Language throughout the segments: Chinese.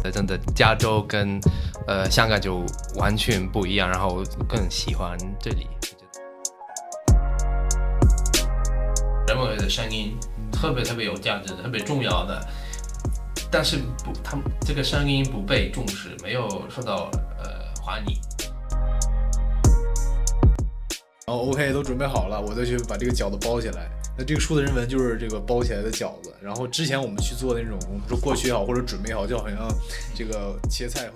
真的加州跟香港就完全不一样，然后更喜欢这里。人们的声音特别有价值的，特别重要的，但是他们这个声音不被重视，没有受到欢迎。 然后 OK 都准备好了，我再去把这个饺子包起来。那这个树的人文就是这个包起来的饺子。然后之前我们去做那种，我们说过去也好或者准备好，就好像这个切菜。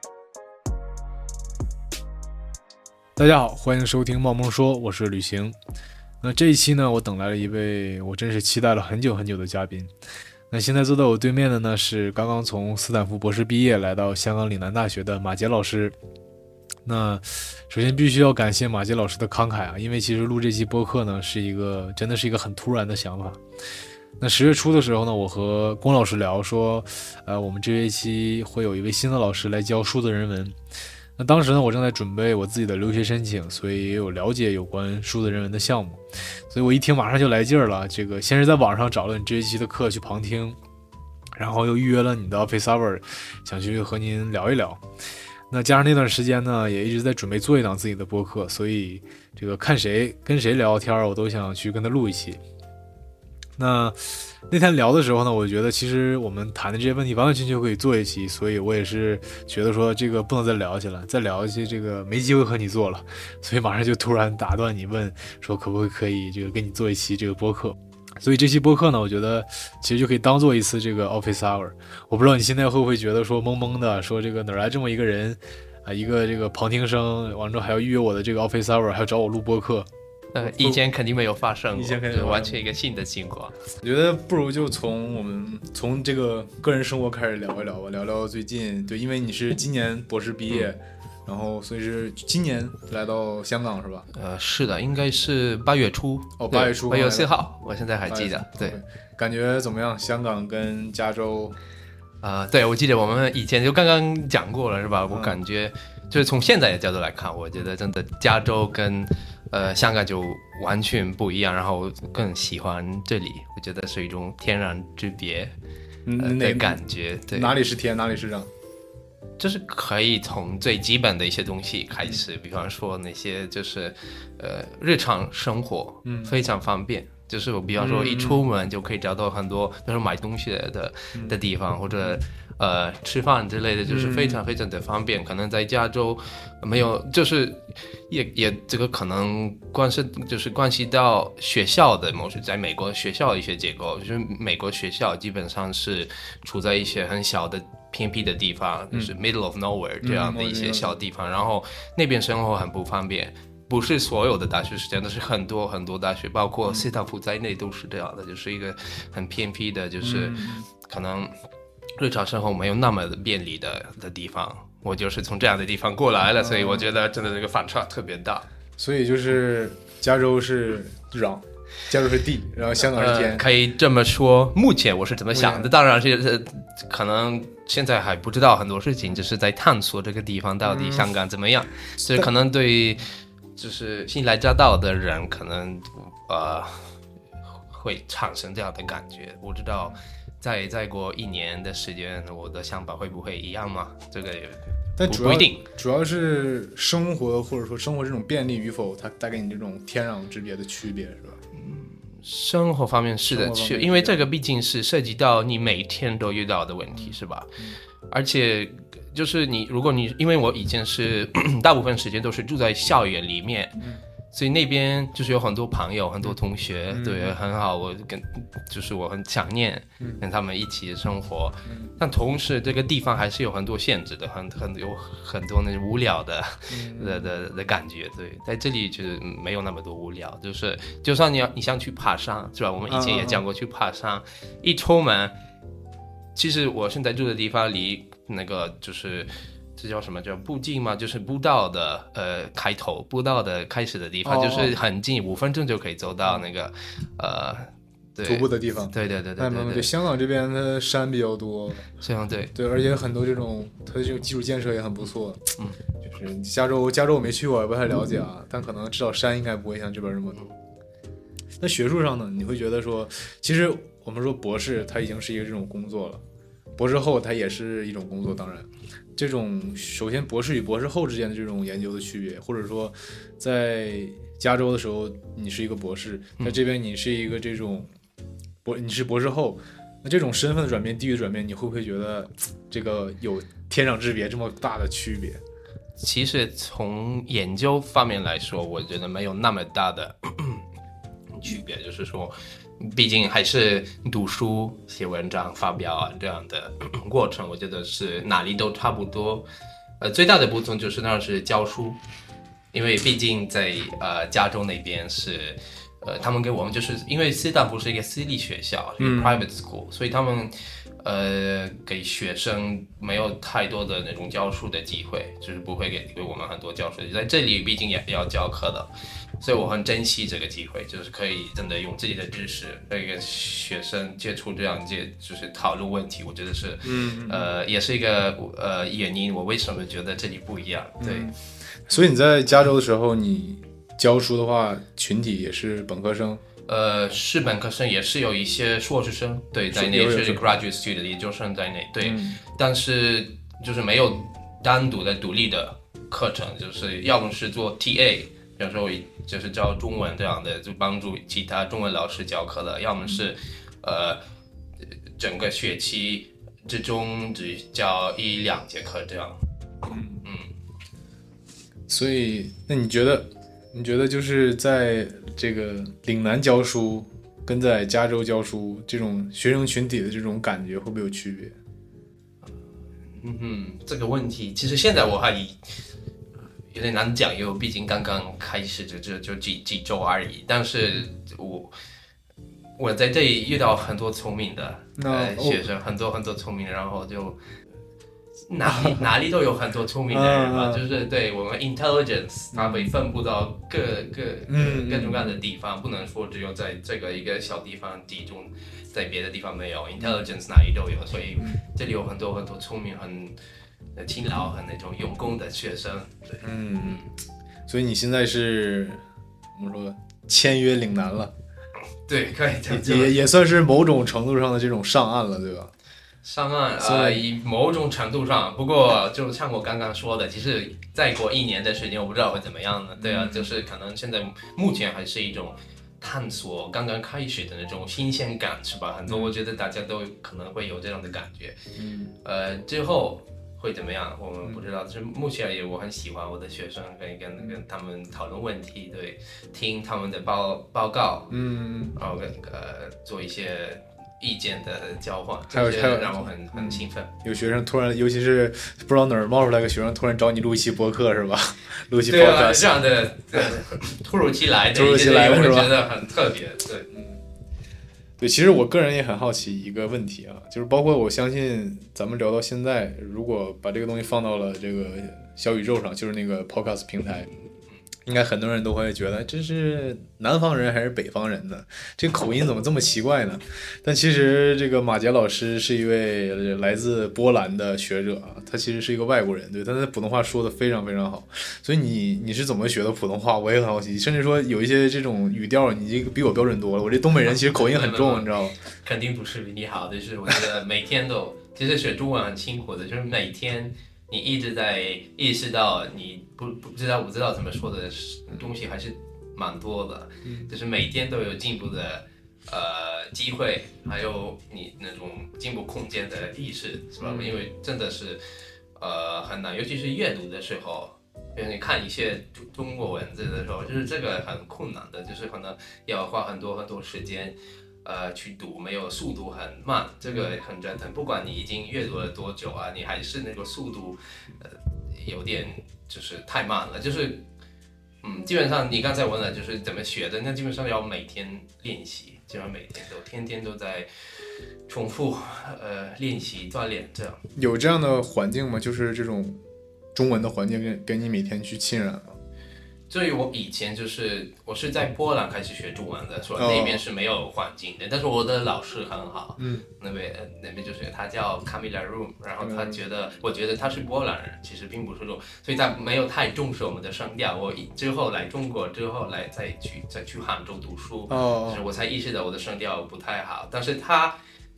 大家好，欢迎收听茂萌说，我是吕行。那这一期呢，我等来了一位我真是期待了很久很久的嘉宾。那现在坐在我对面的呢，是刚刚从斯坦福博士毕业来到香港岭南大学的马杰老师。那首先必须要感谢马杰老师的慷慨啊，因为其实录这期播客呢真的是一个很突然的想法。那10月初的时候呢，我和龚老师聊说，我们这一期会有一位新的老师来教数字人文。那当时呢，我正在准备我自己的留学申请，所以也有了解有关数字人文的项目，所以我一听马上就来劲儿了。这个先是在网上找了你这一期的课去旁听，然后又预约了你的 Office Hour， 想去和您聊一聊。那加上那段时间呢，也一直在准备做一档自己的播客，所以这个跟谁聊天，我都想去跟他录一期。那天聊的时候呢，我觉得其实我们谈的这些问题完完全全可以做一期，所以我也是觉得说这个不能再聊下去了，再聊一期这个没机会和你做了，所以马上就突然打断你问说可以这个跟你做一期这个播客。所以这期播客呢，我觉得其实就可以当做一次这个 Office Hour。我不知道你现在会不会觉得说懵懵的，说这个哪来这么一个人啊，一个这个旁听生，完之后还要预约我的这个 Office Hour， 还要找我录播客。 以前肯定没有发生过，就完全一个新的情况。 我觉得不如就我们从这个个人生活开始聊一聊吧，聊聊最近。对，因为你是今年博士毕业，然后所以是今年来到香港是吧？ 是的，应该是8月初。 8月初，8 月4号，我现在还记得。对， 感觉怎么样？香港跟加州？ 对，我记得我们以前就刚刚讲过了，是吧？我感觉就是从现在的角度来看，我觉得真的加州跟香港就完全不一样，然后更喜欢这里，我觉得是一种天然之别的感觉。对， 哪里是天，哪里是让？ 就是可以从最基本的一些东西开始，比方说那些就是日常生活非常方便。就是我比方说一出门就可以找到很多，比如说买东西的地方，或者吃饭之类的，就是非常非常的方便。可能在加州没有，就是也这个可能关系到学校的在美国学校的一些结构，就是美国学校基本上是处在一些很小的偏僻的地方，就是 middle of nowhere 这样的一些小地方，然后那边生活很不方便。不是所有的大学是这样，但是很多很多大学，包括斯坦福在内都是这样的，就是一个很偏僻的，就是可能日常生活没有那么便利的地方。我就是从这样的地方过来了，所以我觉得真的这个反差特别大。 所以就是加州是壤，加州是地，然后香港是天， 可以这么说。目前我是怎么想的？当然是可能现在还不知道很多事情，就是在探索这个地方到底香港怎么样，所以可能对。就是新来乍到的人可能会产生这样的感觉，不知道再过1年的时间，我的想法会不会一样吗？这个但不一定， 主要是生活或者说生活这种便利与否，它带给你这种天壤之别的区别，是吧？ 生活方面是的，因为这个毕竟是涉及到你每天都遇到的问题，是吧？而且就是如果你因为我以前是大部分时间都是住在校园里面，所以那边就是有很多朋友很多同学，对，很好，我很想念跟他们一起生活，但同时这个地方还是有很多限制的，有很多那无聊的感觉。对，在这里就是没有那么多无聊，就算你想去爬山，是吧？我们以前也讲过去爬山，一出门，其实我现在住的地方离那个就是这叫什么叫步径吗？就是步道的开头，步道的开始的地方，就是很近，5分钟就可以走到那个徒步的地方。 对。 对，香港这边的山比较多，对，而且很多这种它的这种基础建设也很不错。就是加州我没去过，也不太了解啊，但可能至少山应该不会像这边这么多。那学术上呢，你会觉得说，其实我们说博士他已经是一个这种工作了。 博士后它也是一种工作。当然，这种首先博士与博士后之间的这种研究的区别，或者说在加州的时候你是一个博士，在这边你是一个这种你是博士后，那这种身份的转变、地域的转变，你会不会觉得这个有天壤之别这么大的区别？ 其实从研究方面来说，我觉得没有那么大的区别，就是说，毕竟还是读书、写文章、发表啊这样的过程，我觉得是哪里都差不多。最大的不同就是那是教书，因为毕竟在加州那边是。他们给我们就是因为斯坦福是一个私立学校，一个 private school，所以他们给学生没有太多的那种教书的机会，就是不会给我们很多教书。在这里毕竟也要教课的，所以我很珍惜这个机会，就是可以真的用自己的知识跟一个学生接触这样就是讨论问题，我觉得是也是一个原因，我为什么觉得这里不一样。对， 所以你在加州的时候，你教书的话，群体也是本科生？ 是本科生，也是有一些硕士生，对，在内是 graduate student 研究生在内，对，但是就是没有单独的独立的课程，就是要么是做 TA， 比如说就是教中文这样的，就帮助其他中文老师教课的，要么是整个学期之中只教1-2节课这样。 所以那你觉得就是在这个岭南教书跟在加州教书这种学生群体的这种感觉会不会有区别？ 这个问题其实现在我还有点难讲，因为我毕竟刚刚开始就几周而已。但是我在这里遇到很多聪明的学生，很多很多聪明的，然后就哪里都有很多聪明的人嘛，就是对我们 intelligence 它被分布到各种各样的地方，不能说只有在这个一个小地方集中，在别的地方没有 intelligence 哪里都有，所以这里有很多很多聪明、很勤劳、很那种用功的学生。对， 所以你现在是我们说签约岭南了？ 对，可以这样也算是某种程度上的这种上岸了，对吧？ 上岸以某种程度上，不过就像我刚刚说的，其实再过1年的时间，我不知道会怎么样呢。对啊，就是可能现在目前还是一种探索刚刚开始的那种新鲜感，是吧？很多我觉得大家都可能会有这样的感觉。之后会怎么样，我们不知道。就是目前而言，我很喜欢我的学生，可以跟他们讨论问题，对，听他们的报告，然后做一些意见的交换，还有让我很兴奋。 有学生突然，尤其是不知道哪儿冒出来个学生，突然找你录一期播客是吧？录一期 podcast， 对，这样的突如其来的是吧？ 我觉得很特别。对， 对，其实我个人也很好奇一个问题啊，就是包括我相信咱们聊到现在，如果把这个东西放到了这个小宇宙上，就是那个 podcast 平台，应该很多人都会觉得这是南方人还是北方人呢？这个口音怎么这么奇怪呢？但其实这个马杰老师是一位来自波兰的学者啊，他其实是一个外国人，对，他的普通话说的非常非常好。所以你是怎么学的普通话？我也很好奇，甚至说有一些这种语调，你这个比我标准多了。我这东北人其实口音很重，你知道吗？ 肯定不是比你好，就是我觉得每天都，其实学中文很辛苦的，就是每天。你一直在意识到你不知道怎么说的东西还是蛮多的，就是每天都有进步的机会，还有你那种进步空间的意识，是吧？因为真的是很难，尤其是阅读的时候，因为你看一些中国文字的时候，就是这个很困难的，就是可能要花很多很多时间。去读，没有速度很慢，这个很折腾。不管你已经阅读了多久啊，你还是那个速度，有点就是太慢了。就是，基本上你刚才问了，就是怎么学的，那基本上要每天练习，基本上每天天天都在重复练习锻炼这样。 有这样的环境吗？就是这种中文的环境跟你每天去浸染吗？ 所以我以前我是在波兰开始学中文的，所以那边是没有环境的。但是我的老师很好，那边就是他叫 Camila Room， 然后我觉得他是波兰人，其实并不是所以他没有太重视我们的声调。我之后来中国之后再去杭州读书，就是我才意识到我的声调不太好。但是他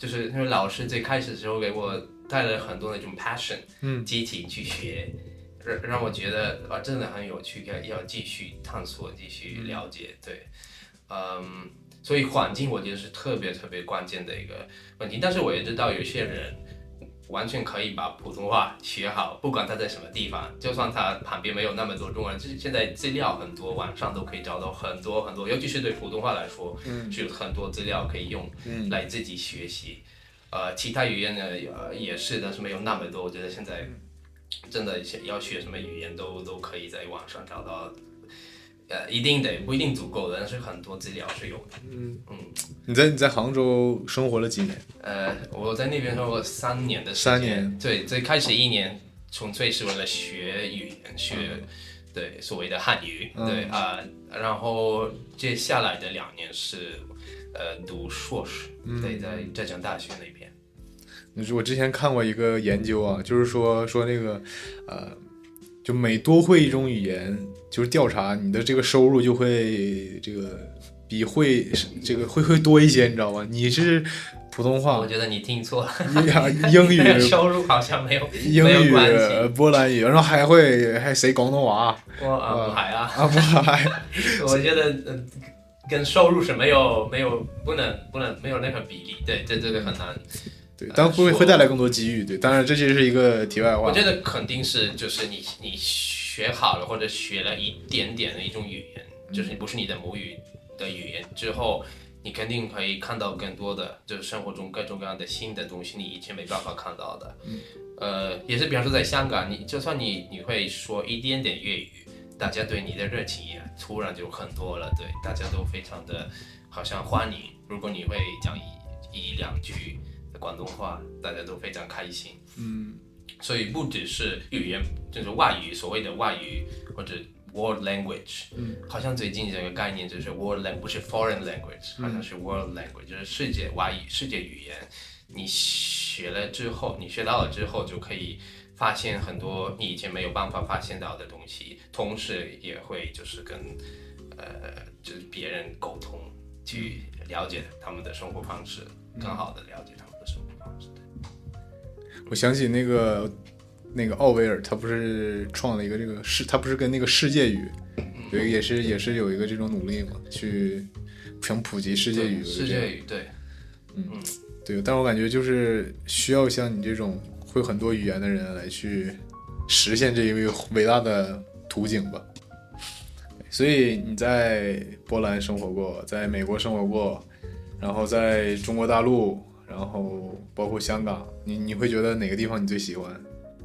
就是因为老师最开始的时候给我带了很多那种 passion，激情去学，让我觉得真的很有趣，要继续探索，继续了解，对，所以环境我觉得是特别特别关键的一个问题。但是我也知道有些人完全可以把普通话学好，不管他在什么地方，就算他旁边没有那么多中国人，就是现在资料很多，网上都可以找到很多很多，尤其是对普通话来说，是有很多资料可以用来自己学习。其他语言呢也是，但是没有那么多。我觉得现在真的要学什么语言都可以在网上找到。一定得不一定足够的，但是很多资料是有的。 你在杭州生活了几年？ 我在那边生活3年的时间。3年。对，最开始1年纯粹是为了学语言，对所谓的汉语，对然后接下来的2年是读硕士，对，在浙江大学那边。 我之前看过一个研究啊，就是说那个就每多会一种语言，就是调查你的这个收入就会这个比会多一些，你知道吗？你是普通话， 我觉得你听错了， 英语收入好像没有英语、波兰语，然后还識廣東話。 不係啊， 不係。 我覺得跟收入是沒有不能沒有那個比例，對，這個很難。 对，但会带来更多机遇。对，当然这就是一个题外话。 我觉得肯定是，就是你学好了或者学了一点点的一种语言，就是不是你的母语的语言之后，你肯定可以看到更多的，就是生活中各种各样的新的东西，你以前没办法看到的。也是比方说在香港，就算你会说一点点粤语，大家对你的热情也突然就很多了，对，大家都非常的好像欢迎。如果你会讲一两句广东话，大家都非常开心。所以不只是语言，就是外语，所谓的外语或者 world language，好像最近这个概念就是 world language， 不是 foreign language，好像是 world language， 就是世界外语、世界语言。你学到了之后，就可以发现很多你以前没有办法发现到的东西，同时也会就是跟就是别人沟通，去了解他们的生活方式，更好的了解他们的生活方式。 我想起那个奥威尔，他不是创了一个这个他不是跟那个世界语，也是有一个这种努力嘛，去想普及世界语。 世界语，对， 对，但我感觉就是需要像你这种会很多语言的人来去实现这一位伟大的途径吧。所以你在波兰生活过，在美国生活过，然后在中国大陆，然后包括香港，你会觉得哪个地方你最喜欢？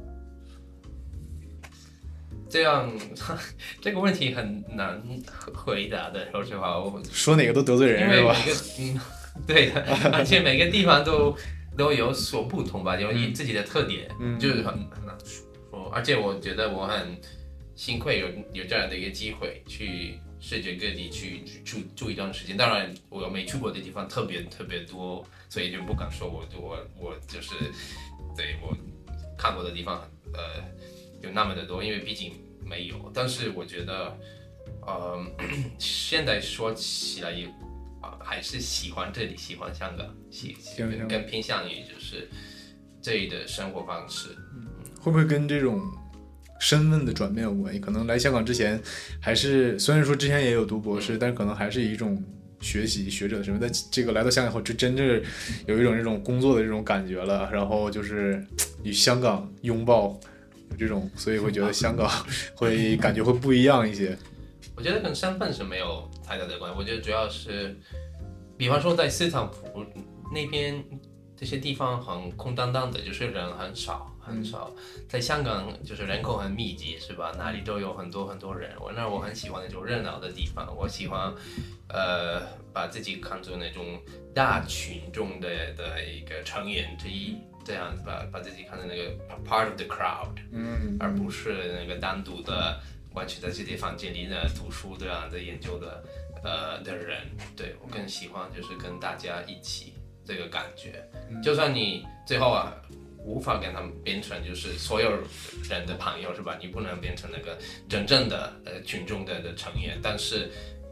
这样这个问题很难回答的，说实话，我说哪个都得罪人是吧？ 对的，而且每个地方都有所不同吧，有自己的特点，就是很难说。而且我觉得我很幸亏有这样的一个机会去世界各地去住一段时间。当然，我没去过的地方特别特别多，所以就不敢说我就是对我看过的地方有那么的多，因为毕竟没有。但是我觉得现在说起来也还是喜欢这里，喜欢香港，更偏向于就是这里的生活方式。 会不会跟这种身份的转变有关系？可能来香港之前还是虽然说之前也有读博士，但可能还是以一种学者的身份，但这个来到香港以后就真正有一种这种工作的这种感觉了，然后就是与香港拥抱这种，所以会觉得香港会感觉会不一样一些。 我觉得跟身份是没有太大的关系，我觉得主要是比方说在斯坦福那边这些地方很空荡荡的，就是人很少很少。在香港就是人口很密集，是吧？哪里都有很多很多人。我很喜欢那种热闹的地方，我喜欢把自己看作那种大群众的一个成员之一，这样子把自己看作那个 part of the crowd，而不是那个单独的完全在自己房间里的读书这样的研究的人。对，我更喜欢就是跟大家一起这个感觉，就算你最后无法跟他们变成就是所有人的朋友，是吧？你不能变成那个真正的群众的成员，但是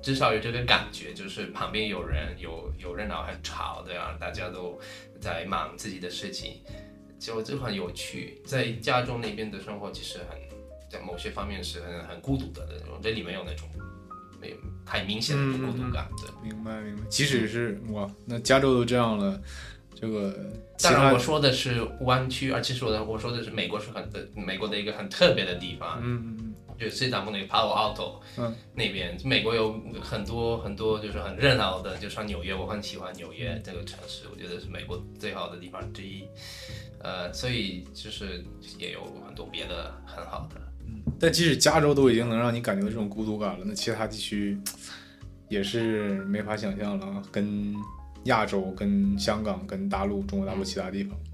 至少有这个感觉，就是旁边有人有热闹很吵这样，大家都在忙自己的事情，就很有趣。在加州那边的生活其实在某些方面是很孤独的那种，这里面有那种没有太明显的孤独感。对， 明白。即使是哇，那加州都这样了，这个当然我说的是湾区，而其实我说的是美国美国的一个很特别的地方。就是西南部那个 Palo Alto，那边美国有很多很多就是很热闹的，就像纽约，我很喜欢纽约这个城市，我觉得是美国最好的地方之一。所以就是也有很多别的很好的。 但即使加州都已经能让你感觉到这种孤独感了，那其他地区也是没法想象了啊，跟亚洲、跟香港、跟大陆、中国大陆其他地方。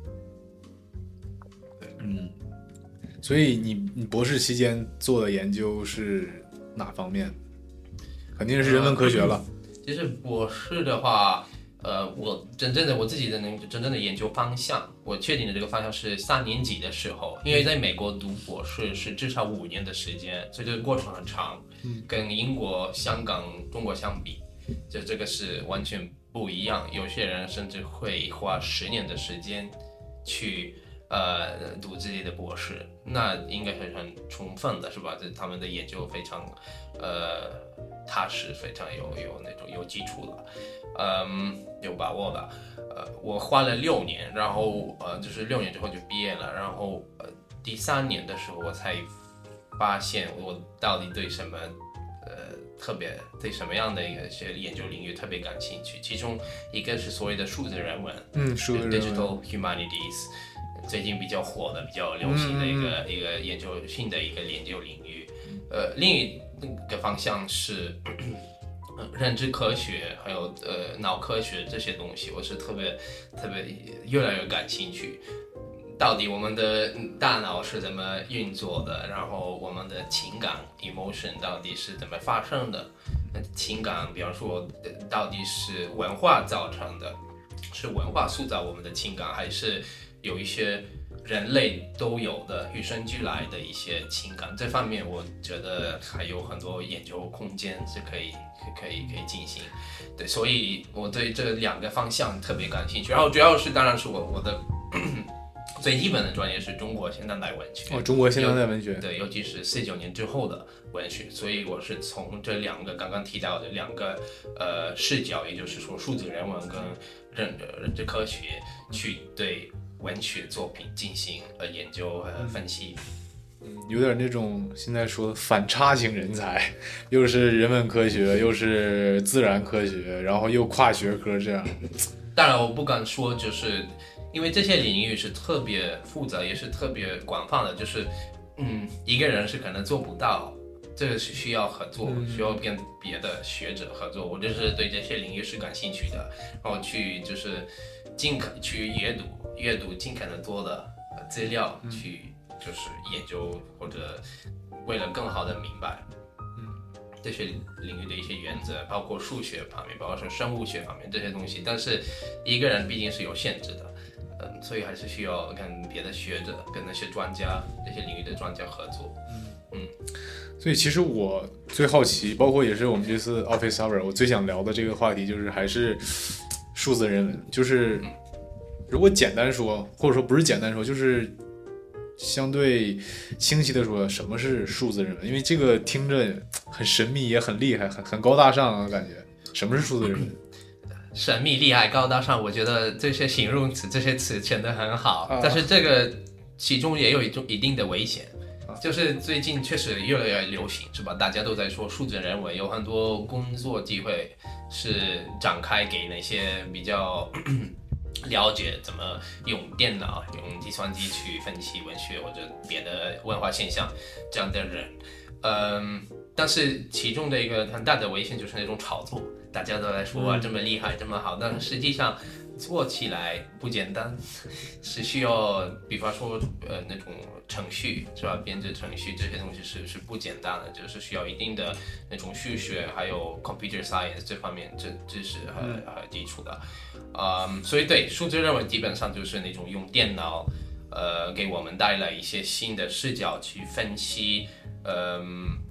所以你博士期间做的研究是哪方面？肯定是人文科学了。 其实博士的话，我自己的真正的研究方向，我确定的这个方向是3年级的时候，因为在美国读博士是至少5年的时间，所以这个过程很长，跟英国、香港、中国相比，这个是完全不一样。有些人甚至会花10年的时间去读自己的博士，那应该是很充分的，是吧？他们的研究非常踏实，非常有那种有基础的，有把握的。我花了6年，然后就是6年之后就毕业了，然后第3年的时候我才发现我到底对什么特别对什么样的一些研究领域特别感兴趣，其中一个是所谓的数字人文， 数字人文 Digital Humanities， 最近比较火的、比较流行的一个研究新的一个研究领域。另一个方向是认知科学，还有脑科学这些东西，我是特别越来越感兴趣。到底我们的大脑是怎么运作的？然后我们的情感 emotion 到底是怎么发生的？情感，比方说，到底是文化造成的，是文化塑造我们的情感，还是有一些人类都有的与生俱来的一些情感？这方面我觉得还有很多研究空间是可以进行。对，所以我对这2个方向特别感兴趣。然后主要是当然是我的最基本的专业是中国现当代文学。 中国现当代文学。 对，尤其是49年之后的文学。所以我是从这2个刚刚提到的2个视角，也就是说数字人文跟认知科学，去对文学作品进行研究和分析。 有点那种现在说的反差型人才，又是人文科学，又是自然科学，然后又跨学科这样。 当然我不敢说，就是因为这些领域是特别复杂，也是特别广泛的，就是一个人是可能做不到，这个是需要合作，需要跟别的学者合作。我就是对这些领域是感兴趣的，然后就是去阅读尽可能多的资料，去就是研究，或者为了更好的明白这些领域的一些原则，包括数学方面，包括生物学方面这些东西。但是一个人毕竟是有限制的，所以还是需要跟别的学者、跟那些专家、这些领域的专家合作。 所以其实我最好奇，包括也是我们这次 Office Hour 我最想聊的这个话题，就是还是数字人文。就是如果简单说，或者说不是简单说，就是相对清晰的说，什么是数字人文？因为这个听着很神秘，也很厉害，很高大上啊，感觉。什么是数字人文？ 神秘、厉害、高大上，我觉得这些形容词、这些词选得很好，但是这个其中也有一定的危险。就是最近确实越来越流行，是吧？大家都在说数字人文，有很多工作机会是展开给那些比较了解怎么用电脑、用计算机去分析文学或者别的文化现象这样的人。但是其中的一个很大的危险就是那种炒作，大家都在说这么厉害、这么好，但实际上做起来不简单，是需要，比方说那种程序，是吧？编制程序这些东西是不简单的，就是需要一定的那种数学还有 computer science 这方面知识和基础的。所以对数字人文基本上就是那种用电脑给我们带来一些新的视角去分析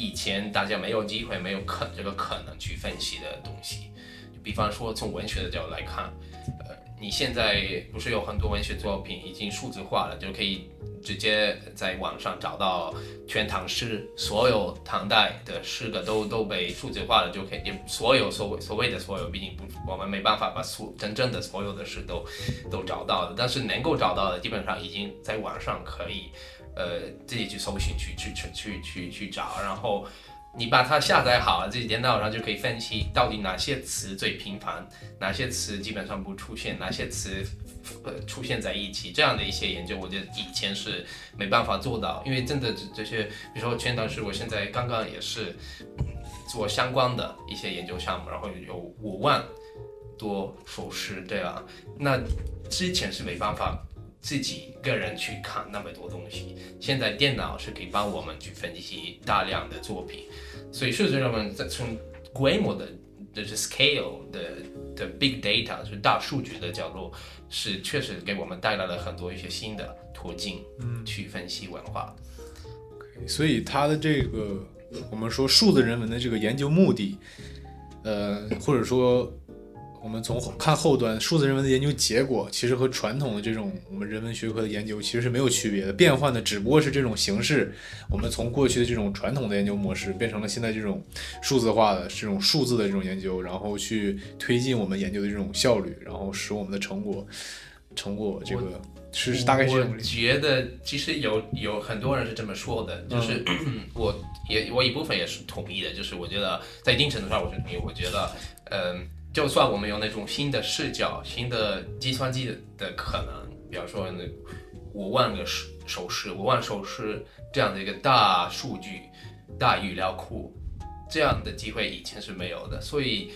以前大家没有机会、没有这个可能去分析的东西。就比方说从文学的角度来看，你现在不是有很多文学作品已经数字化了，就可以直接在网上找到全唐诗，所有唐代的诗歌都被数字化了，就可以所谓的所有，毕竟我们没办法把真正的所有的诗都找到的，但是能够找到的基本上已经在网上可以自己去搜寻去找，然后你把它下载好了，自己电脑上就可以分析到底哪些词最频繁，哪些词基本上不出现，哪些词出现在一起，这样的一些研究，我觉得以前是没办法做到，因为真的这些，比如说全唐诗，我现在刚刚也是做相关的一些研究项目，然后有5万多首诗这样，那之前是没办法自己个人去看那么多东西，现在电脑是可以帮我们去分析大量的作品，所以数字人文在从规模的就是 scale 的 big data 就是大数据的角度，是确实给我们带来了很多一些新的途径，去分析文化。 所以它的这个我们说数字人文的这个研究目的，或者说我们从看后端数字人文的研究结果，其实和传统的这种我们人文学科的研究其实是没有区别的，变换的只不过是这种形式，我们从过去的这种传统的研究模式变成了现在这种数字化的这种数字的这种研究，然后去推进我们研究的这种效率，然后使我们的成果这个是大概是这种。 我觉得其实有很多人是这么说的，就是我一部分也是同意的，就是我觉得在一定程度上我是同意，我觉得就算我们有那种新的视角、新的计算机的可能，比方说那5万个首诗、5万首诗这样的一个大数据、大语料库，这样的机会以前是没有的。所以，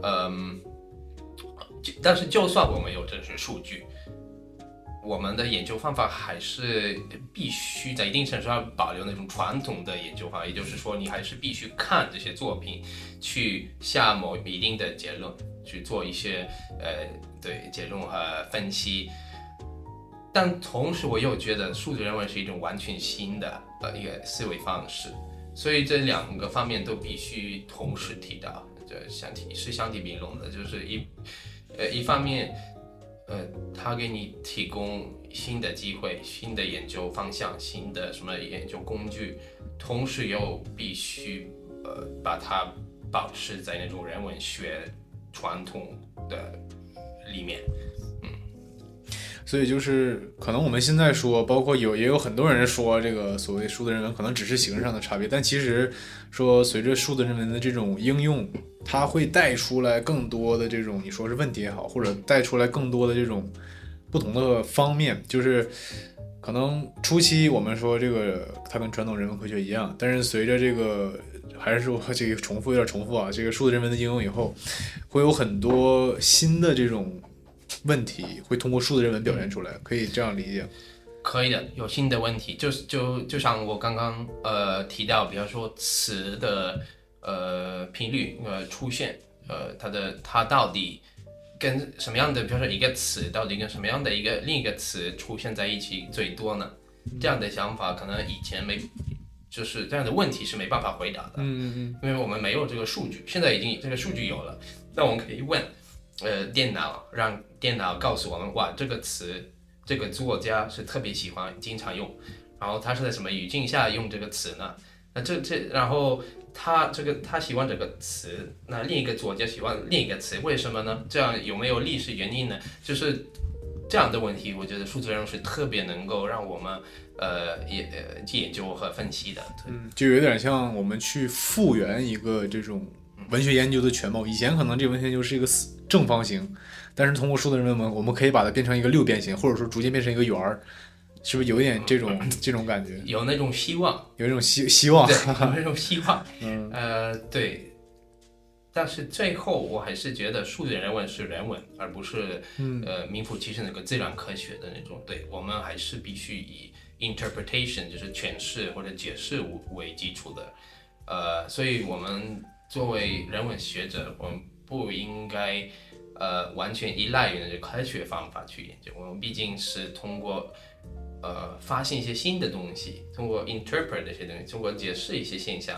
但是就算我们有这些数据，我们的研究方法还是必须在一定程度上保留那种传统的研究方法，也就是说，你还是必须看这些作品，去下某一定的结论，去做一些结论和分析。但同时，我又觉得数字人文是一种完全新的一个思维方式，所以这2个方面都必须同时提到，这相提并论的，就是一方面。它给你提供新的机会、新的研究方向、新的什么研究工具，同时又必须把它保持在那种人文学传统的里面。 所以就是可能我们现在说，包括也有很多人说这个所谓数字人文可能只是形式上的差别，但其实说随着数字人文的这种应用，它会带出来更多的这种你说是问题也好，或者带出来更多的这种不同的方面，就是可能初期我们说这个它跟传统人文科学一样，但是随着这个还是说这个有点重复啊，这个数字人文的应用以后，会有很多新的这种问题会通过数字人文表现出来，可以这样理解？ 可以的，有新的问题，就像我刚刚提到，比方说词的频率出现，它到底跟什么样的，比方说一个词到底跟什么样的另一个词出现在一起最多呢？这样的想法可能以前就是这样的问题是没办法回答的，因为我们没有这个数据，现在已经这个数据有了，那我们可以问电脑，让电脑告诉我们，哇，这个词这个作家是特别喜欢经常用，然后他是在什么语境下用这个词呢？那然后他喜欢这个词，那另一个作家喜欢另一个词，为什么呢？这样有没有历史原因呢？就是这样的问题，我觉得数字人文是特别能够让我们研究和分析的。 就有点像我们去复原一个这种文学研究的全貌。以前可能这个文学研究是一个正方形，但是通过数字人文，我们可以把它变成一个6边形，或者说逐渐变成一个圆儿，是不是有一点这种感觉？ 有那种希望， 有一种希望， 对，有那种希望。对。但是最后我还是觉得数字人文是人文，而不是名副其实那个自然科学的那种。对，我们还是必须以 interpretation 就是诠释或者解释为基础的。所以我们作为人文学者，我们不应该完全依赖于那些科学方法去研究。我们毕竟是通过发现一些新的东西，通过 interpret 这些东西，通过解释一些现象，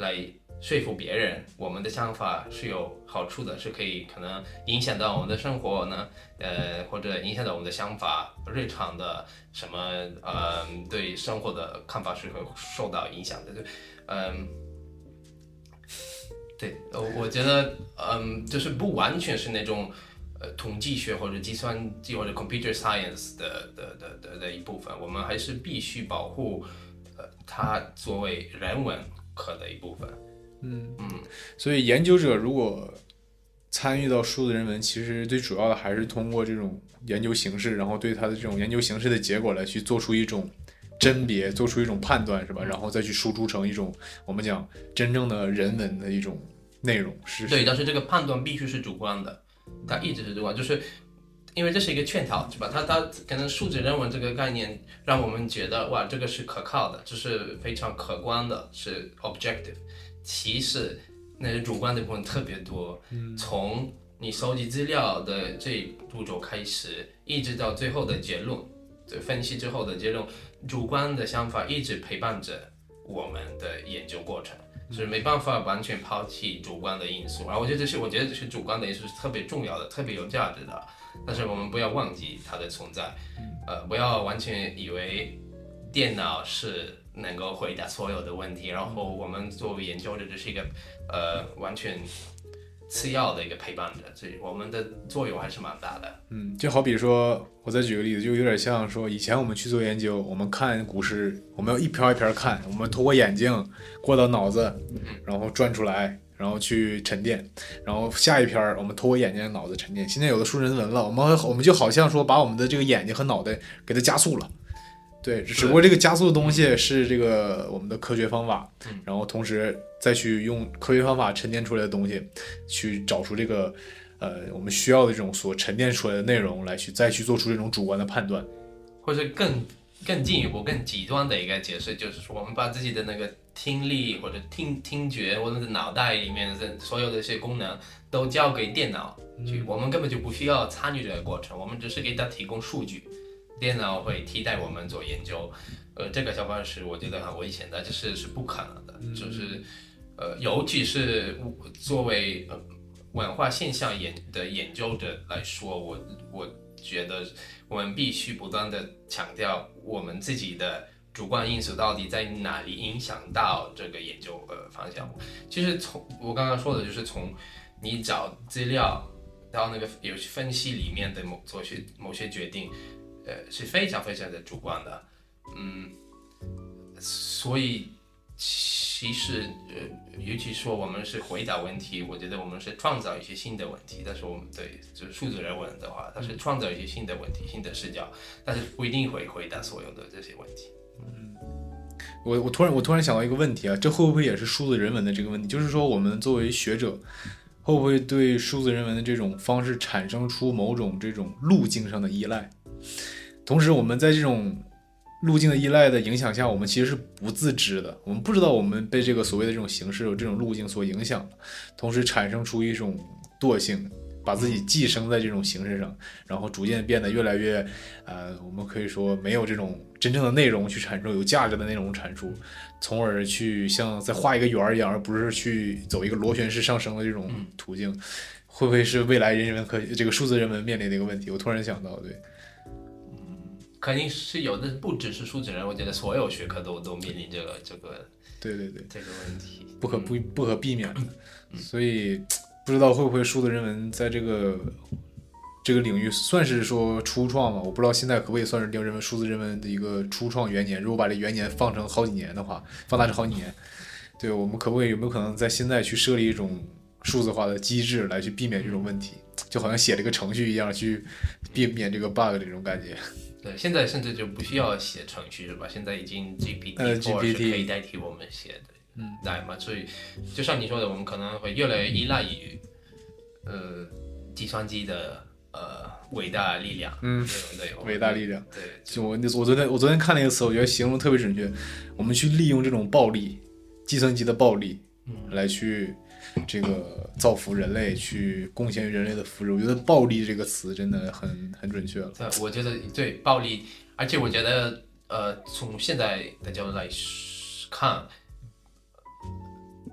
来说服别人，我们的想法是有好处的，是可能影响到我们的生活呢，或者影响到我们的想法，日常的什么对生活的看法是会受到影响的，对，我觉得就是不完全是那种统计学或者计算机或者 computer science 的一部分，我们还是必须保护它作为人文科的一部分。 所以研究者如果参与到数字人文，其实最主要的还是通过这种研究形式，然后对它的这种研究形式的结果来去做出一种甄别，做出一种判断，是吧？然后再去输出成一种我们讲真正的人文的一种内容。 对，但是这个判断必须是主观的，它一直是主观，就是因为这是一个劝条，是吧？它可能数字人文这个概念让我们觉得哇，这个是可靠的，这是非常可观的，是 objective。其实那些主观的部分特别多，从你收集资料的这一步骤开始，一直到最后的结论，分析之后的结论，主观的想法一直陪伴着我们的研究过程，是没办法完全抛弃主观的因素。然后我觉得这是主观的因素是特别重要的，特别有价值的，但是我们不要忘记它的存在，不要完全以为电脑是能够回答所有的问题，然后我们作为研究者只是一个完全次要的一个陪伴者，所以我们的作用还是蛮大的。 就好比说，我再举个例子，就有点像说，以前我们去做研究，我们看古诗，我们要一篇一篇看，我们透过眼睛过到脑子，然后转出来，然后去沉淀，然后下一篇我们透过眼睛脑子沉淀。现在有的数人文了，我们就好像说把我们的这个眼睛和脑袋给它加速了。对，只不过这个加速的东西是这个我们的科学方法，然后同时再去用科学方法沉淀出来的东西，去找出这个我们需要的这种所沉淀出来的内容，再去做出这种主观的判断， 或者更进一步、更极端的一个解释，就是说我们把自己的那个听力或者听觉，或者是脑袋里面的所有的一些功能都交给电脑去，我们根本就不需要参与这个过程，我们只是给它提供数据。电脑会替代我们做研究，这个想法是我觉得很危险的，这是不可能的，就是尤其是作为文化现象的研究者来说，我觉得我们必须不断的强调我们自己的主观因素到底在哪里影响到这个研究方向。其实从我刚刚说的就是从你找资料到那个有分析里面的某些决定。是非常非常的主观的，所以其实尤其说我们是回答问题，我觉得我们是创造一些新的问题，但是我们对就是数字人文的话，它是创造一些新的问题、新的视角，但是不一定会回答所有的这些问题。 我突然想到一个问题啊，这会不会也是数字人文的这个问题？就是说我们作为学者，会不会对数字人文的这种方式产生出某种这种路径上的依赖？同时我们在这种路径的依赖的影响下，我们其实是不自知的，我们不知道我们被这个所谓的这种形式有这种路径所影响，同时产生出一种惰性，把自己寄生在这种形式上，然后逐渐变得越来越我们可以说没有这种真正的内容去阐述，有价值的内容阐述，从而去像在画一个圆一样，而不是去走一个螺旋式上升的这种途径。会不会是未来人文科这个数字人文面临的一个问题？我突然想到，对， 肯定是有的，不只是数字人，我觉得所有学科都面临这个对这个问题， 不可避免的。所以不知道会不会数字人文在这个领域算是说初创嘛？我不知道现在可不可以算是数字人文的一个初创元年。如果把这元年放成好几年的话，放大成好几年，对，我们有没有可能在现在去设立一种数字化的机制来去避免这种问题，就好像写了一个程序一样，去避免这个 bug 这种感觉。 对，现在甚至就不需要写程序是吧？现在已经 GPT 是可以代替我们写的代码，所以就像你说的，我们可能会越来越依赖于计算机的伟大力量。对， 伟大力量。 对， 就我昨天看了一个词，我觉得形容特别准确。我们去利用这种暴力，计算机的暴力，来去这个造福人类，去贡献人类的福祉。我觉得暴力这个词真的很准确了。 对，我觉得对暴力，而且我觉得从现在的角度来看，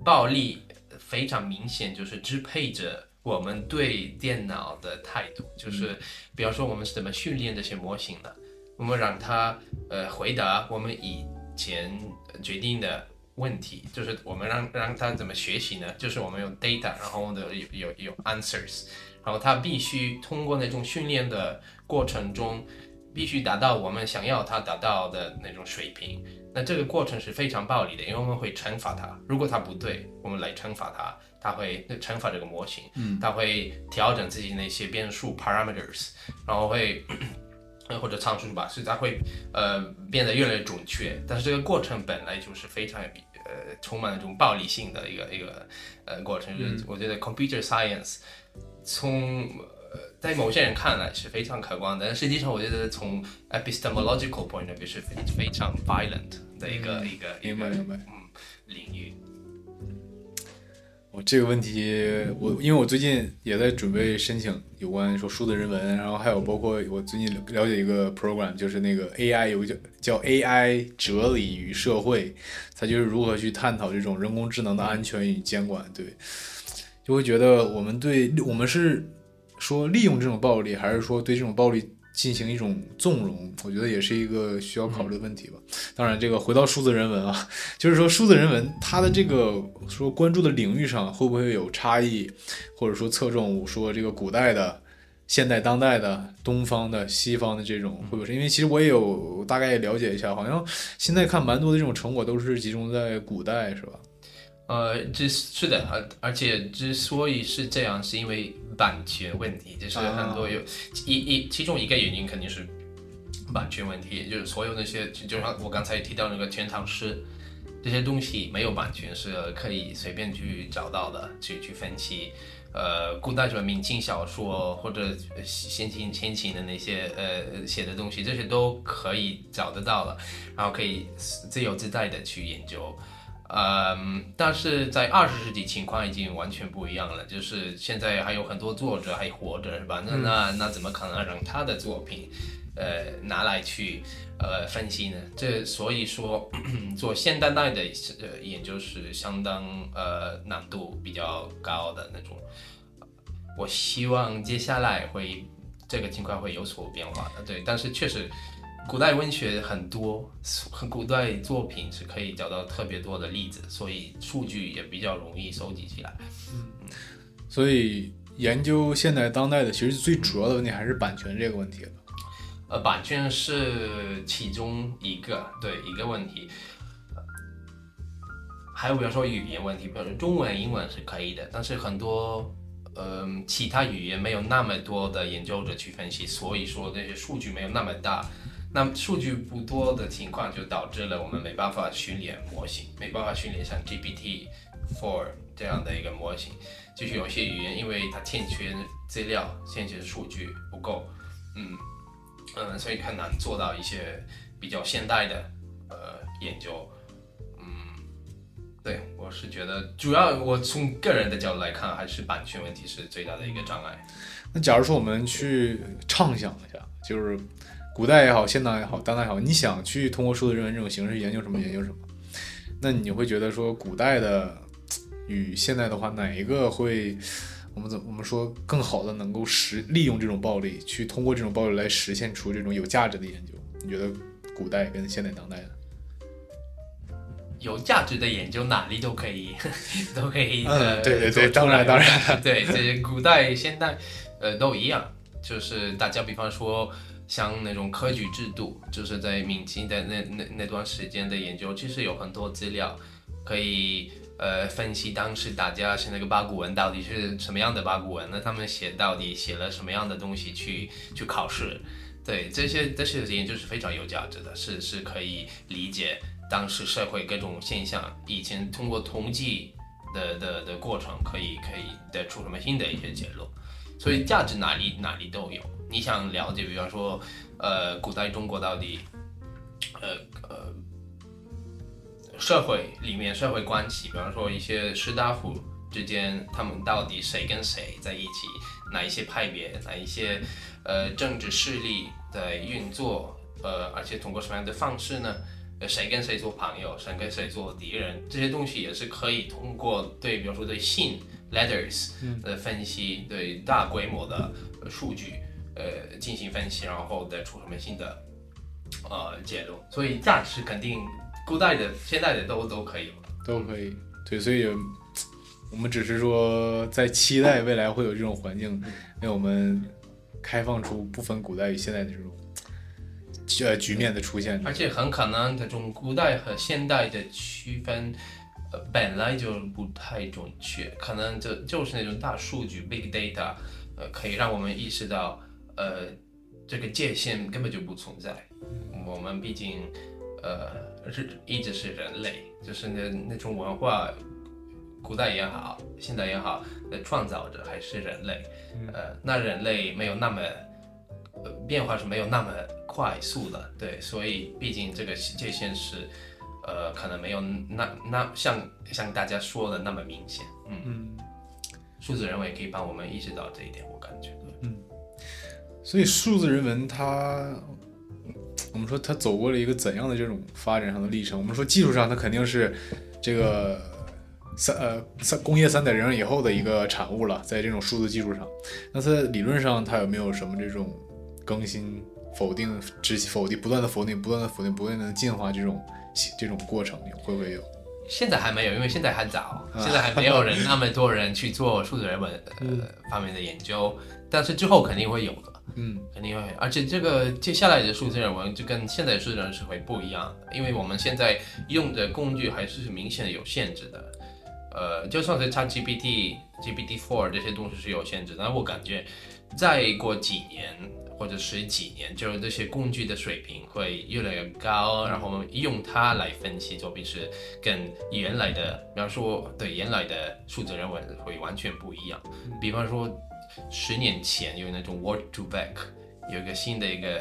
暴力非常明显，就是支配着我们对电脑的态度，就是比方说我们是怎么训练这些模型的，我们让它回答我们以前决定的问题，就是我们让它怎么学习呢？就是我们有 data， 然后有 answers， 然后它必须通过那种训练的过程中，必须达到我们想要它达到的那种水平。那这个过程是非常暴力的，因为我们会惩罚它，如果它不对，我们来惩罚它，它会惩罚这个模型，它会调整自己那些变数 parameters， 然后会或者参数吧，是它会变得越来越准确，但是这个过程本来就是非常充满那种暴力性的一个过程。就是我觉得 computer science 在某些人看来是非常可观的，但实际上我觉得从 epistemological point of view 是非常 violent 的一个领域。 这个问题，因为我最近也在准备申请有关说数字人文，然后还有包括我最近了解一个 program， 就是那个 AI 有个叫 AI 哲理与社会，它就是如何去探讨这种人工智能的安全与监管。对，就会觉得我们是说利用这种暴力，还是说对这种暴力进行一种纵容，我觉得也是一个需要考虑的问题吧。当然这个回到数字人文啊，就是说数字人文它的这个说关注的领域上会不会有差异，或者说侧重说这个古代的、现代当代的、东方的、西方的这种会不会是？因为其实我也有大概了解一下，好像现在看蛮多的这种成果都是集中在古代，是吧？ 是的，而且之所以是这样，是因为版权问题，就是很多其中一个原因肯定是版权问题，就是所有那些，就像我刚才提到那个全唐诗，这些东西没有版权是可以随便去找到的，去分析。古代什么明清小说或者先秦的那些写的东西，这些都可以找得到了，然后可以自由自在的去研究。但是在20世纪情况已经完全不一样了，就是现在还有很多作者还活着，是吧？那怎么可能让他的作品拿来去分析呢？所以说做现代的研究是相当难度比较高的那种。我希望接下来这个情况会有所变化的，对，但是确实。古代文学很多，古代作品是可以找到特别多的例子，所以数据也比较容易收集起来。 所以研究现代当代的，其实最主要的问题还是版权这个问题了。 版权是其中一个问题，还有比方说语言问题，比方说中文、英文是可以的，但是很多其他语言没有那么多的研究者去分析，所以说那些数据没有那么大。那数据不多的情况就导致了我们没办法训练模型，没办法训练像 GPT-4 这样的一个模型。就是有些语言因为它欠缺资料、欠缺数据不够，所以很难做到一些比较现代的研究。对，我是觉得主要我从个人的角度来看，还是版权问题是最大的一个障碍。 那假如说我们去畅想一下，就是古代也好，现代也好，当代也好，你想去通过数字人文这种形式研究什么？那你会觉得说古代的与现代的话，哪一个会我们说更好的能够利用这种暴力，去通过这种暴力来实现出这种有价值的研究？你觉得古代跟现代当代的？ 有价值的研究哪里都可以对，当然对，这古代现代都一样，就是大家比方说像那种科举制度，就是在明清的那段时间的研究，其实有很多资料可以分析当时大家写那个八股文到底是什么样的八股文，那他们到底写了什么样的东西去考试。对，这些研究是非常有价值的，是可以理解当时社会各种现象，以前通过统计的过程可以得出什么新的一些结论，所以价值哪里都有。你想了解，比方说古代中国到底社会里面社会关系，比方说一些士大夫之间，他们到底谁跟谁在一起，哪一些派别，哪一些政治势力的运作，而且通过什么样的方式呢？ 谁跟谁做朋友，谁跟谁做敌人，这些东西也是可以通过对，比如说对信 letters 的分析，对大规模的数据进行分析，然后得出什么新的结论。所以暂时肯定古代的、现代的都可以了， 都可以。对，所以我们只是说在期待未来会有这种环境，为我们开放出不分古代与现代的这种局面的出现。 而且很可能这种古代和现代的区分本来就不太准确，可能就是那种大数据 big data 可以让我们意识到这个界限根本就不存在。我们毕竟一直是人类，就是那种文化，古代也好，现代也好，创造者还是人类。那人类没有那么变化是没有那么快速的，对，所以毕竟这个界限是可能没有那像大家说的那么明显。数字人文也可以帮我们意识到这一点，我感觉。 所以数字人文我们说它走过了一个怎样的这种发展上的历程？我们说技术上它肯定是这个工业3.0以后的一个产物了，在这种数字技术上，那它理论上它有没有什么这种更新、否定、不断的否定、不断的否定、不断的进化这种过程，会不会有？ 现在还没有，因为现在还早，现在还没有那么多人去做数字人文方面的研究，但是之后肯定会有的。肯定会，而且这个接下来的数字人文就跟现在的数字人文是会不一样的，因为我们现在用的工具还是明显的有限制的。就算是GPT、GPT4 这些东西是有限制的，但我感觉再过几年或者10几年，就是这些工具的水平会越来越高，然后我们用它来分析作品是跟原来的，比方说对原来的数字人文会完全不一样。比方说10年前有那种 Word2Vec， 有一个新的一个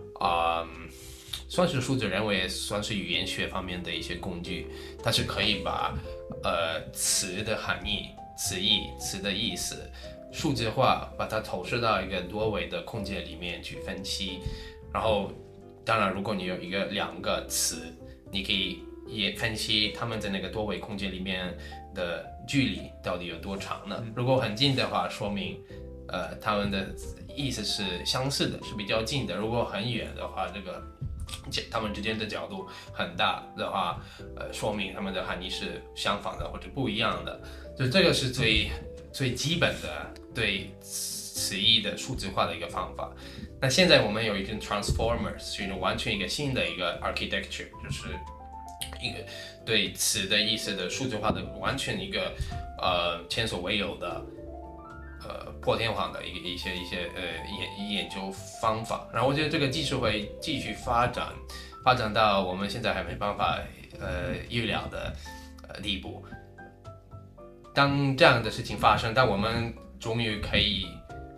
算是数字人文也算是语言学方面的一些工具，它是可以把词的含义、词义、词的意思数字化，把它投射到一个多维的空间里面去分析。然后当然如果你有2个词，你可以也分析它们在那个多维空间里面的距离到底有多长呢？如果很近的话，说明它们的意思是相似的，是比较近的。如果很远的话，它们之间的角度很大的话，说明它们的含义是相反的或者不一样的。就这个是最基本的对词义的数字化的一个方法。那现在我们有一种 transformers， 是一种完全一个新的一个 architecture， 就是一个对词的意思的数字化的完全一个前所未有的破天荒的一些研究方法。然后我觉得这个技术会继续发展到我们现在还没办法预料的地步。当这样的事情发生，但我们终于可以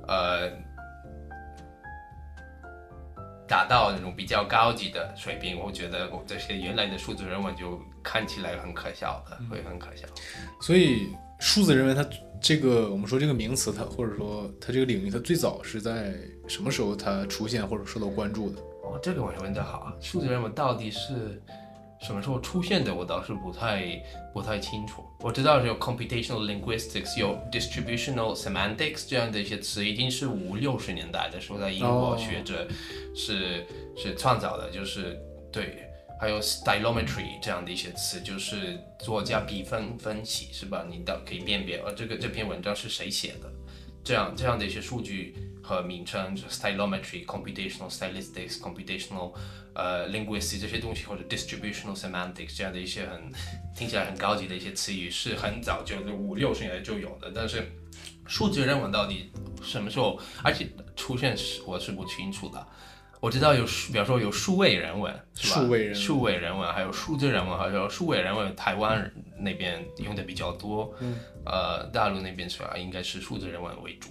达到那种比较高级的水平，我觉得这些原来的数字人文就看起来很可笑的，会很可笑。 所以数字人文它这个我们说这个名词，它或者说它这个领域，它最早是在什么时候它出现或者受到关注的？ 这个问得好，数字人文到底是什么时候出现的，我倒是不太清楚。我知道有 computational linguistics， 有 distributional semantics 这样的一些词，一定是50-60年代的时候，在英国学者是创造的，就是对。还有 stylometry 这样的一些词，就是作家笔分析，是吧？你可以辨别这篇文章是谁写的，这样的一些数据和名称 ，stylometry、computational stylistics、computational linguistics 这些东西，或者 distributional semantics 这样的一些听起来很高级的一些词语，是很早就50-60年代就有的。但是数字人文到底什么时候，而且出现我是不清楚的。我知道比方说有数位人文，是吧？数位人文，还有数字人文，还有数位人文，台湾那边用的比较多。大陆那边主要应该是数字人文为主。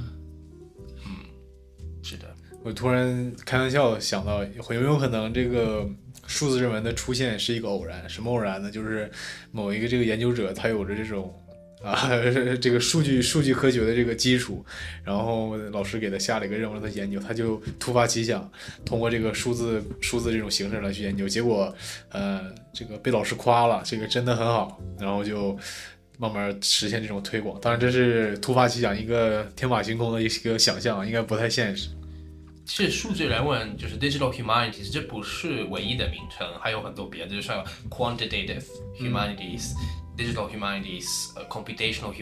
是的。 我突然开玩笑想到，有没有可能这个数字人文的出现是一个偶然？什么偶然呢？就是某一个这个研究者，他有着这种这个数据科学的这个基础，然后老师给他下了一个任务让他研究，他就突发奇想，通过这个数字这种形式来去研究，结果这个被老师夸了，这个真的很好，然后就慢慢实现这种推广。当然这是突发奇想，一个天马行空的一个想象，应该不太现实。 是数字人文，就是 digital humanities， 这不是唯一的名称，还有很多别的，就像 quantitative humanities、digital humanities、computational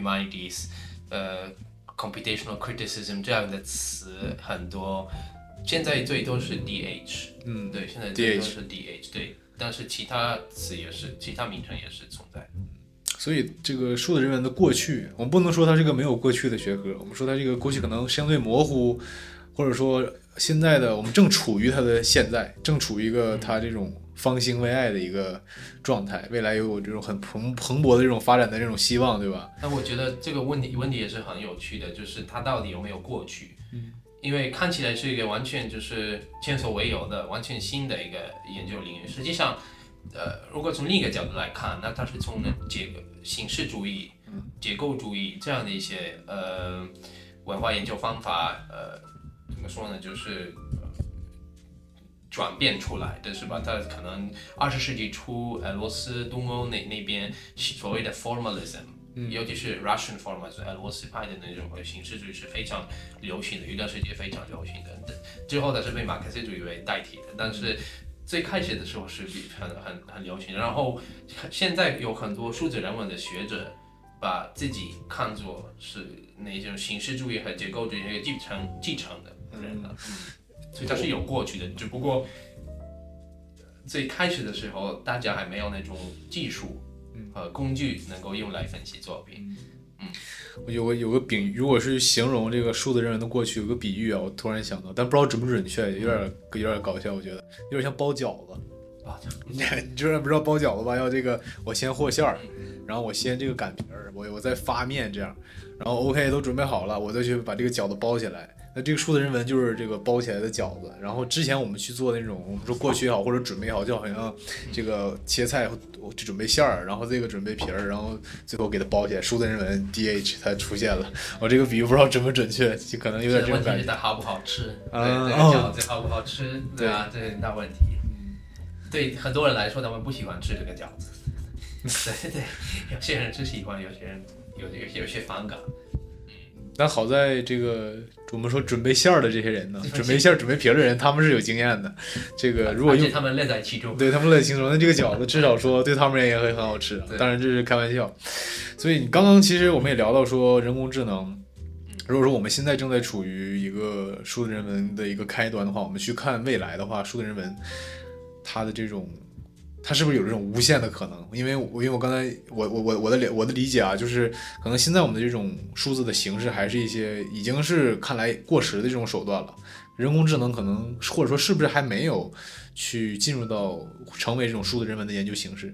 humanities、computational criticism 这样的词很多。现在最多是 DH， 对，现在最多是 DH， 对，但是其他词也是，其他名称也是存在。 所以这个数字人文的过去，我们不能说它是个没有过去的学科，我们说它这个过去可能相对模糊，或者说现在的我们正处于它的现在，正处于一个它这种方兴未艾的一个状态，未来有这种很蓬勃的这种发展的这种希望，对吧？ 那我觉得这个问题也是很有趣的，就是它到底有没有过去？因为看起来是一个完全就是前所未有的、完全新的一个研究领域，实际上。如果从另一个角度来看，那它是从形式主义、结构主义这样的一些文化研究方法，怎么说呢，就是转变出来的是吧？它可能20世纪初，俄罗斯、东欧那边所谓的 formalism，尤其是 Russian formalism， 俄罗斯派的那种形式主义是非常流行的，有一段时间非常流行的。之后它是被马克思主义为代替的，但是。最开始的时候是很流行，然后现在有很多数字人文的学者把自己看作是那种形式主义和结构主义那个继承的人了，所以它是有过去的，只不过最开始的时候大家还没有那种技术和工具能够用来分析作品。 我有个比喻，如果是形容这个数字人文的过去，有个比喻啊，我突然想到，但不知道准不准确，有点搞笑，我觉得有点像包饺子。你知道包饺子吧？要这个我先和馅儿，然后我先这个擀皮儿，我再发面这样，然后 OK 都准备好了，我再去把这个饺子包起来。那这个数字人文就是这个包起来的饺子，然后之前我们去做那种，我们说过去也好或者准备也好，就好像这个切菜就准备馅儿，然后这个准备皮儿，然后最后给它包起来。数字人文 DH 它出现了，我这个比喻不知道准不准确，就可能有点这种感觉。 问题是它好不好吃？对，这个饺子好不好吃？对啊，这是大问题。对很多人来说，他们不喜欢吃这个饺子。对，有些人是喜欢，有些人有些反感。 但好在这个我们说准备馅儿的这些人呢，准备馅儿、准备皮儿的人，他们是有经验的。这个如果用他们乐在其中， 对他们乐在其中，那这个饺子至少说对他们也会很好吃。当然这是开玩笑。所以你刚刚其实我们也聊到说人工智能，如果说我们现在正在处于一个数字人文的一个开端的话，我们去看未来的话，数字人文它的这种。它是不是有这种无限的可能？因为我刚才我的理解啊，就是可能现在我们的这种数字的形式还是一些已经是看来过时的这种手段了。人工智能可能或者说是不是还没有去进入到成为这种数字人文的研究形式？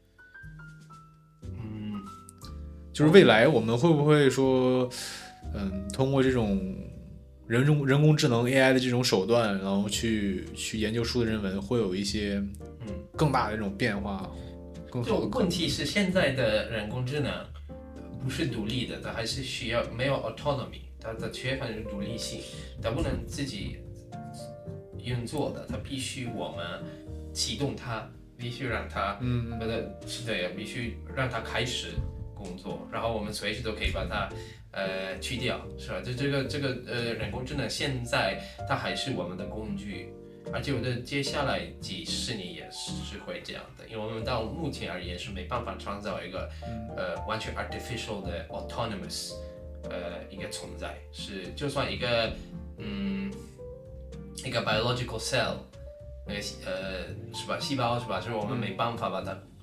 就是未来我们会不会说，通过这种人工智能 AI 的这种手段，然后去研究数字人文，会有一些更大的这种变化，更好的。 问题是现在的人工智能不是独立的，它还是需要没有 autonomy， 它缺乏独立性，它不能自己运作的，它必须我们启动它，必须让它对，必须让它开始工作，然后我们随时都可以把它去掉，是吧？这个人工智能现在它还是我们的工具，而且我觉得接下来几十年也是会这样的，因为我们到目前而言是没办法创造一个完全 artificial 的 autonomous 一个存在，是就算一个biological cell 是吧，细胞是吧，就是我们没办法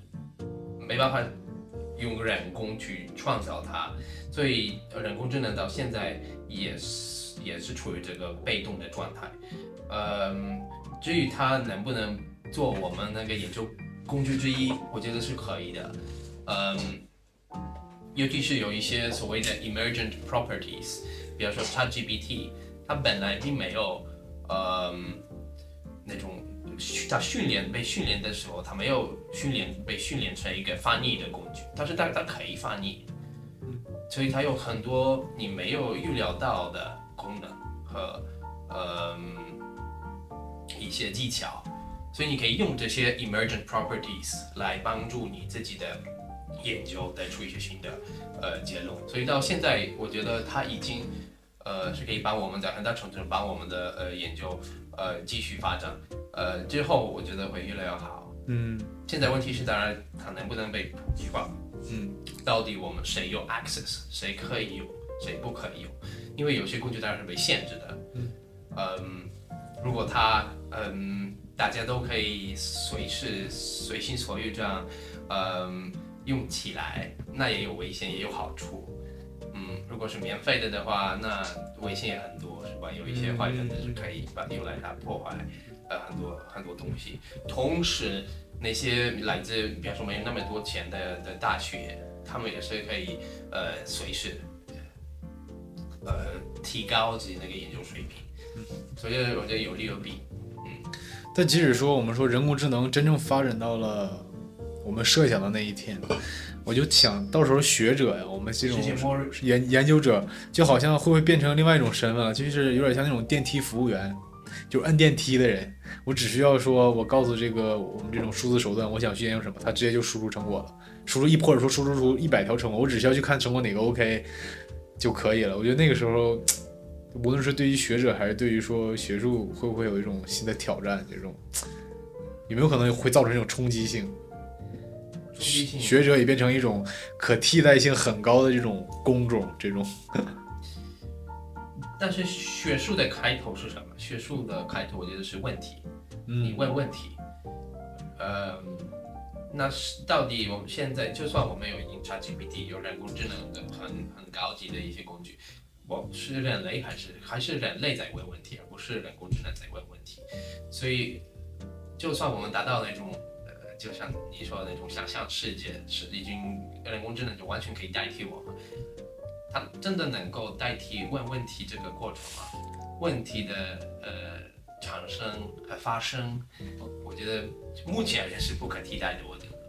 用人工去创造它，所以人工智能到现在也是处于这个被动的状态。至于它能不能做我们那个研究工具之一，我觉得是可以的。尤其是有一些所谓的 emergent properties， 比如说 ChatGPT， 它本来并没有那种。它被训练的时候，它没有被训练成一个翻译的工具，但是它可以翻译， 所以它有很多你没有预料到的功能和一些技巧，所以你可以用这些 emergent properties 来帮助你自己的研究得出一些新的结论。所以到现在，我觉得它已经是可以帮我们在很大程度上帮我们的研究继续发展。之后我觉得会越来越好。现在问题是，当然它能不能被普及化？到底我们谁有 access， 谁可以用，谁不可以用？因为有些工具当然是被限制的。如果它大家都可以随心所欲这样用起来，那也有危险也有好处。如果是免费的话，那危险也很多，是吧？有一些坏分子是可以把用来破坏很多东西。同时，那些来自比方说没有那么多钱的大学，他们也是可以随时提高自己那个研究水平。所以我觉得有利有弊。 但即使说我们说人工智能真正发展到了我们设想的那一天，我就想到时候学者呀，我们这种研究者，就好像会不会变成另外一种身份了，就是有点像那种电梯服务员，就是按电梯的人。我只需要说，我告诉这个我们这种数字手段，我想去研究什么，他直接就输出成果了，或者说输出出100条成果，我只需要去看成果哪个 OK 就可以了。我觉得那个时候，无论是对于学者还是对于说学术，会不会有一种新的挑战？这种有没有可能会造成一种冲击性？学者也变成一种可替代性很高的这种工种，这种。 但是学术的开头是什么？学术的开头我觉得是问题，你问问题。那到底我们现在，就算我们有ChatGPT，有人工智能的很高级的一些工具，我是人类还是人类在问问题，而不是人工智能在问问题。所以，就算我们达到那种就像你说的那种想象世界，是已经人工智能就完全可以代替我们，它真的能够代替问问题这个过程吗？问题的产生和发生，我觉得目前也是不可替代的。我觉得，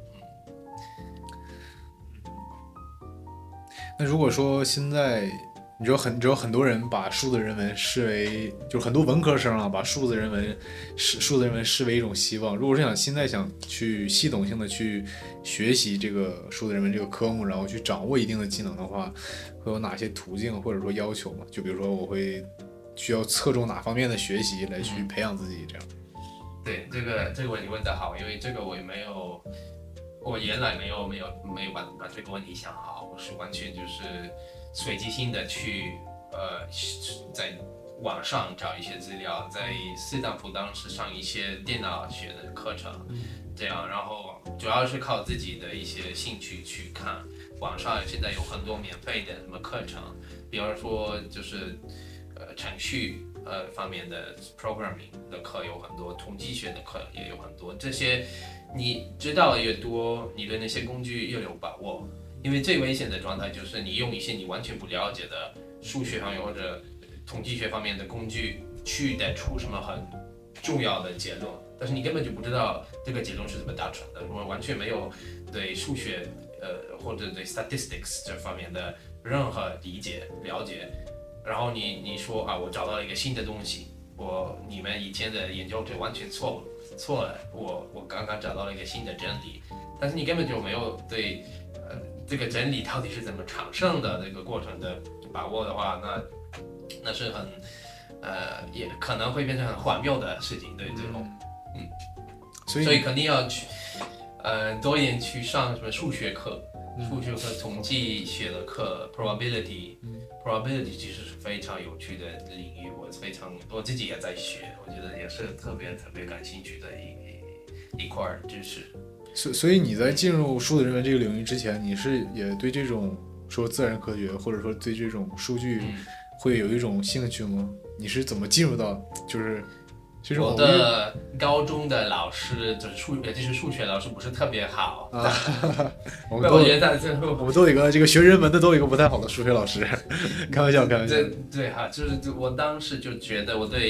那如果说现在你知道很多人把数字人文视为，就是很多文科生啊，把数字人文视为一种希望。如果是现在想去系统性的去学习这个数字人文这个科目，然后去掌握一定的技能的话，会有哪些途径或者说要求吗？就比如说我会需要侧重哪方面的学习来去培养自己这样？ 对，这个问题问得好，因为这个我原来没有把这个问题想好，我是完全就是随机性的去在网上找一些资料，在斯坦福当时上一些电脑学的课程，这样，然后主要是靠自己的一些兴趣去看。网上现在有很多免费的什么课程，比方说就是程序方面的 programming 的课有很多，统计学的课也有很多。这些你知道的越多，你对那些工具越有把握。因为最危险的状态就是你用一些你完全不了解的数学方面或者统计学方面的工具去得出什么很重要的结论，但是你根本就不知道这个结论是怎么达成的，我完全没有对数学或者对 statistics 这方面的任何了解，然后你说啊，我找到了一个新的东西，你们以前的研究者完全错了，我刚刚找到了一个新的真理，但是你根本就没有对这个真理到底是怎么产生的这个过程的把握的话，那是很也可能会变成很荒谬的事情，对这种所以肯定要去多一点去上什么数学课、统计学的课 probability 其实是非常有趣的领域，我自己也在学，我觉得也是特别感兴趣的一块知识。 所以你在进入数字人文这个领域之前，你是也对这种说自然科学或者说对这种数据会有一种兴趣吗？你是怎么进入到就是我的高中的老师就是数学老师不是特别好啊，我觉得我们都有一个这个学人文的都有一个不太好的数学老师，开玩笑。 对哈，就是我当时就觉得我对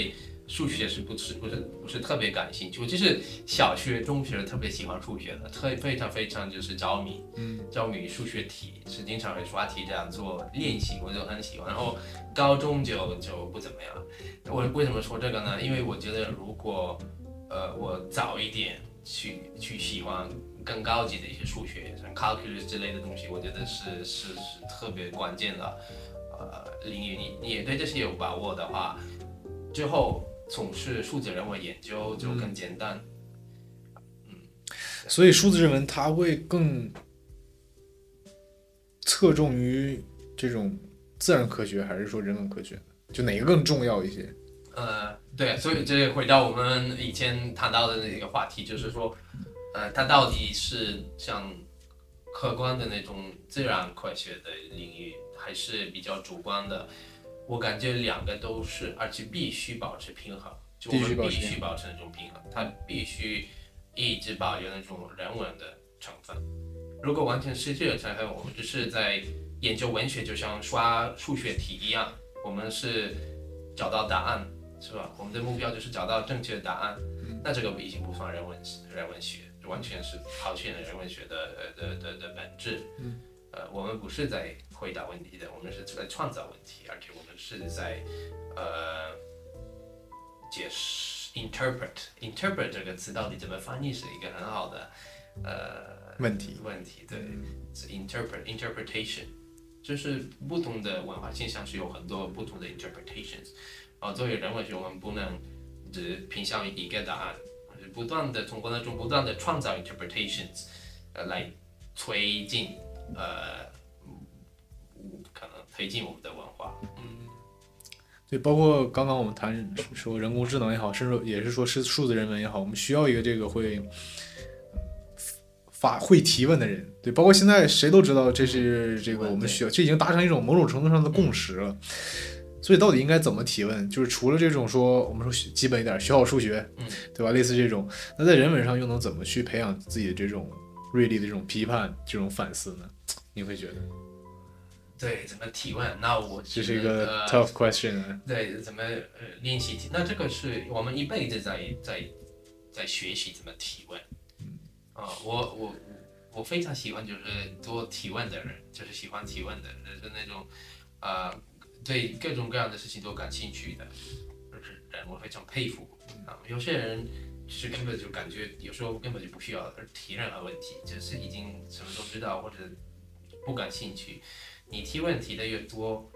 数学是不是特别感兴趣。我就是小学、中学特别喜欢数学的，非常就是着迷，着迷数学题，是经常会刷题这样做练习，我就很喜欢。然后高中就不怎么样。我为什么说这个呢？因为我觉得如果我早一点去喜欢更高级的一些数学，像 calculus 之类的东西，我觉得是特别关键的领域。你也对这些有把握的话，之后从事数字人文研究就更简单。 所以数字人文它会更侧重于这种自然科学，还是说人文科学？就哪个更重要一些？ 对，所以这回到我们以前谈到的那个话题，就是说，它到底是像客观的那种自然科学的领域，还是比较主观的？我感觉两个都是，而且必须保持平衡。就我们必须保持那种平衡，它必须一直保有那种人文的成分。如果完全失去了成分，我们只是在研究文学，就像刷数学题一样，我们是找到答案，是吧？我们的目标就是找到正确的答案，那这个已经不算人文学，完全是抛弃了人文学的本质。我们不是在回答问题的，我们是在创造问题，而且我们是在解释 interpret 这个词到底怎么翻译是一个很好的问题。 对，是 interpretation， 就是不同的文化现象是有很多不同的 interpretations。作为人文学，我们不能只偏向于一个答案，不断的通过那种不断的创造 interpretations，来推进可能推进我们的文化。 对，包括刚刚我们谈说人工智能也好，甚至也是说是数字人文也好，我们需要一个这个会提问的人。对，包括现在谁都知道这是这个我们需要，这已经达成一种某种程度上的共识了。所以到底应该怎么提问？就是除了这种说我们说基本一点学好数学，对吧？类似这种，那在人文上又能怎么去培养自己的这种锐利的这种批判、这种反思呢？你会觉得？ 对，怎么提问？那我这是一个 tough question。 对，怎么练习提？那这个是我们一辈子在学习怎么提问。我非常喜欢就是多提问的人，就是喜欢提问的人，就是那种对各种各样的事情都感兴趣的，就是人我非常佩服。有些人是根本就感觉有时候根本就不需要提任何问题，就是已经什么都知道或者不感兴趣。你提问题的越多，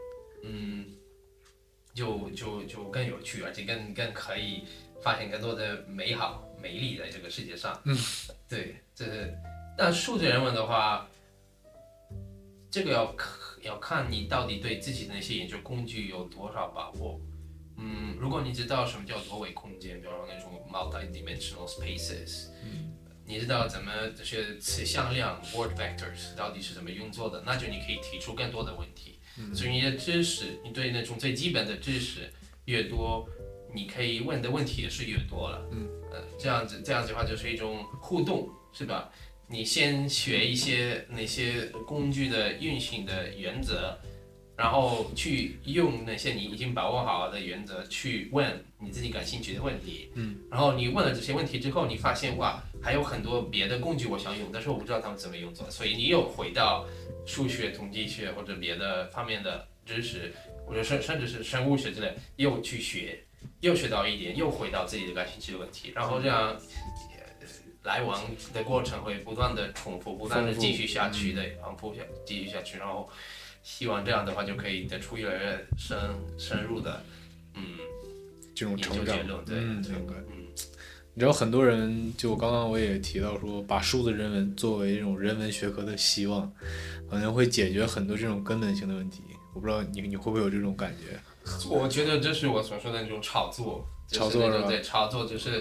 就更有趣，而且更可以发现更多的美好美丽在这个世界上。对，那数字人文的话，这个要看你到底对自己的那些研究工具有多少把握。如果你知道什么叫多维空间，比如说那种 multi-dimensional spaces，你知道怎么这些词向量 word vectors 到底是怎么运作的，那就你可以提出更多的问题。所以你的知识，你对那种最基本的知识越多，你可以问的问题也是越多了。这样子的话就是一种互动，是吧？你先学一些那些工具的运行的原则，然后去用那些你已经把握好的原则去问你自己感兴趣的问题。然后你问了这些问题之后，你发现哇，还有很多别的工具我想用，但是我不知道他们怎么运作，所以你又回到数学、统计学或者别的方面的知识，或者甚至是生物学之类，又去学，又学到一点，又回到自己的感兴趣的问题，然后这样来往的过程会不断的重复，不断的继续下去的，继续下去，然后希望这样的话就可以得出越来越深入的这种成长。 对， 你知道很多人就刚刚我也提到说，把数字人文作为这种人文学科的希望，好像会解决很多这种根本性的问题。我不知道你会不会有这种感觉？ 我觉得这是我所说的那种炒作， 炒作是吧？ 对，炒作就是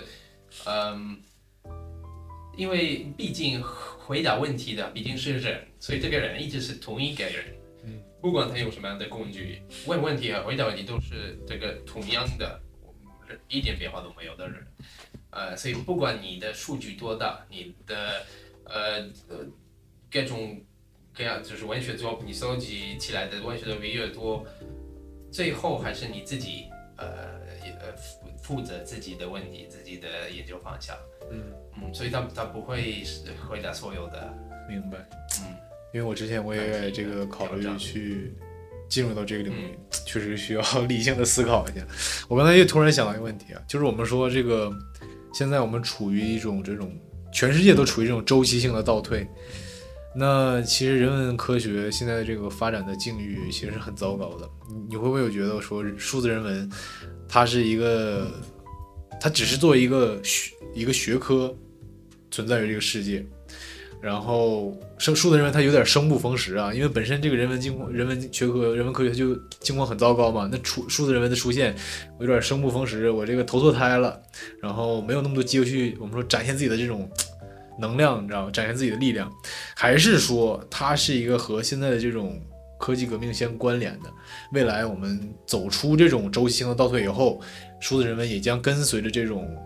因为毕竟回答问题的毕竟是人，所以这个人一直是同一个人。不管他用什么样的工具，问问题和回答问题都是这个同样的，一点变化都没有的人。所以不管你的数据多大，你的各种各样就是文学作品，你搜集起来的文学作品越多，最后还是你自己负责自己的问题、自己的研究方向。所以他不会回答所有的。 明白。因为我之前我也这个考虑去进入到这个领域，确实需要理性的思考一下。我刚才又突然想到一个问题啊，就是我们说这个现在我们处于一种这种全世界都处于这种周期性的倒退。那其实人文科学现在这个发展的境遇其实是很糟糕的。你会不会有觉得说数字人文它是一个，它只是作为一个学科存在于这个世界，然后数字人文它有点生不逢时啊，因为本身这个人文学科人文科学就境况很糟糕嘛，那数字人文的出现有点生不逢时，我这个投错胎了，然后没有那么多机会去我们说展现自己的这种能量，你知道吗？展现自己的力量，还是说它是一个和现在的这种科技革命相关联的？未来我们走出这种周期性的倒退以后，数字人文也将跟随着这种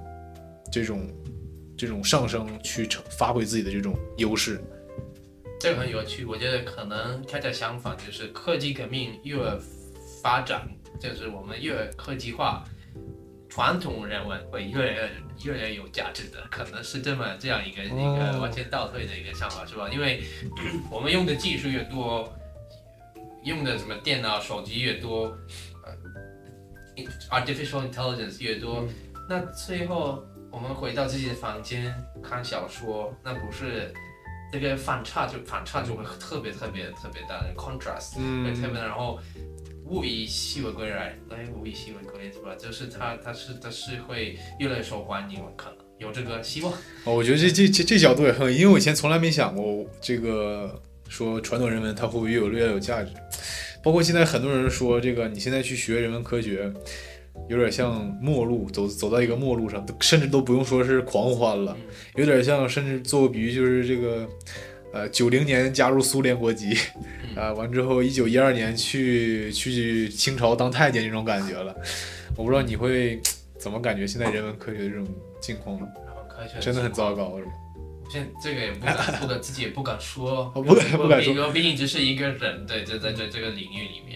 上升去发挥自己的这种优势。 这个很有趣，我觉得可能恰恰相反，就是科技革命越发展，就是我们越科技化，传统人文会越来越有价值的，可能是这样一个完全倒退的一个想法，是吧？因为我们用的技术越多，用的什么电脑、手机越多，artificial intelligence 越多，那最后我们回到自己的房间看小说，那不是这个反差就会特别大的 contrast，特别，然后物以稀为贵是吧？就是它是会越来越受欢迎，可能有这个希望。 我觉得这角度也很，因为我以前从来没想过这个说传统人文它会不会越来越有价值，包括现在很多人说这个你现在去学人文科学，有点像末路，走到一个末路上，甚至都不用说是狂欢了，有点像，甚至做个比喻就是这个90年加入苏联国籍。完之后1912年去清朝当太监这种感觉了。我不知道你会怎么感觉现在人文科学的这种境况呢？真的很糟糕是吧？ 现在这个也不敢自己也不敢说， 不敢说， 毕竟只是一个人，对，在这个领域里面，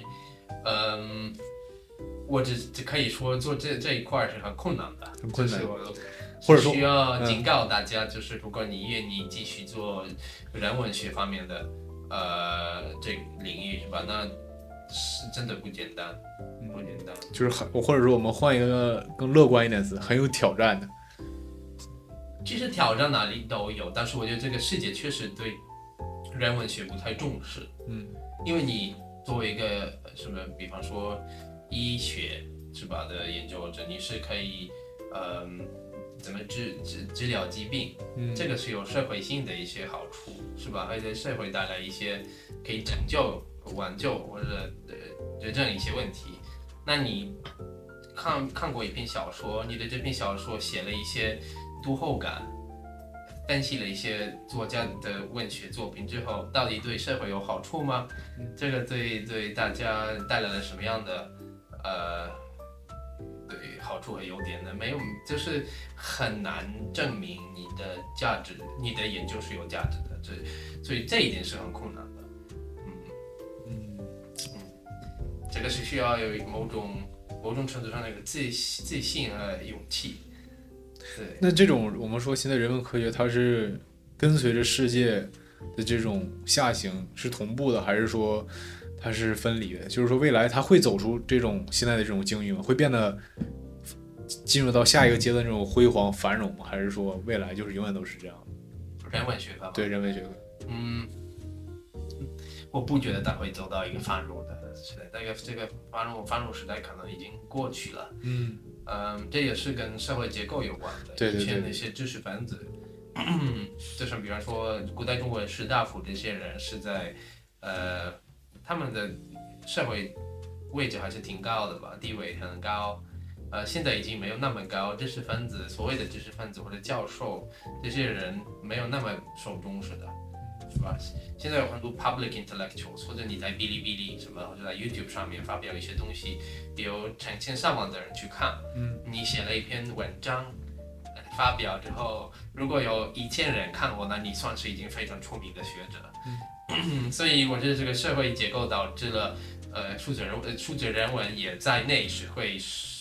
我只可以说做这一块是很困难的， 很困难， 或者说需要警告大家，就是如果你愿意继续做人文学方面的这个领域是吧？那是真的不简单，不简单。 就是或者说我们换一个更乐观一点词，很有挑战的。 其实挑战哪里都有，但是我觉得这个世界确实对人文学不太重视。因为你作为一个什么，比方说医学是吧的研究者，你是可以怎么治疗疾病，这个是有社会性的一些好处，是吧？会对社会带来一些可以拯救、挽救或者纠正一些问题。那你看过一篇小说，你对这篇小说写了一些读后感，分析了一些作家的文学作品之后，到底对社会有好处吗？这个对大家带来了什么样的对好处和优点呢？没有，就是很难证明你的价值，你的研究是有价值的，所以这一点是很困难的。这个是需要有某种程度上的一个自信和勇气。对， 那这种我们说现在人文科学它是跟随着世界的这种下行是同步的，还是说它是分离的？就是说未来它会走出这种现在的这种境遇吗？会变得进入到下一个阶段这种辉煌繁荣吗？还是说未来就是永远都是这样的？ 人文学科， 对，人文学科。 我不觉得它会走到一个繁荣的时代，这个繁荣时代可能已经过去了。这也是跟社会结构有关的。 对， 以前那些知识分子，就是比方说古代中国士大夫这些人是在他们的社会位置还是挺高的吧，地位很高。现在已经没有那么高，知识分子，所谓的知识分子或者教授这些人没有那么受重视的，是吧？现在有很多 public intellectuals， 或者你在哔哩哔哩什么，或者在 YouTube 上面发表一些东西，有成千上万的人去看。你写了一篇文章，发表之后，如果有1000人看过，那你算是已经非常出名的学者。所以我觉得这个社会结构导致了数字人文也在内是会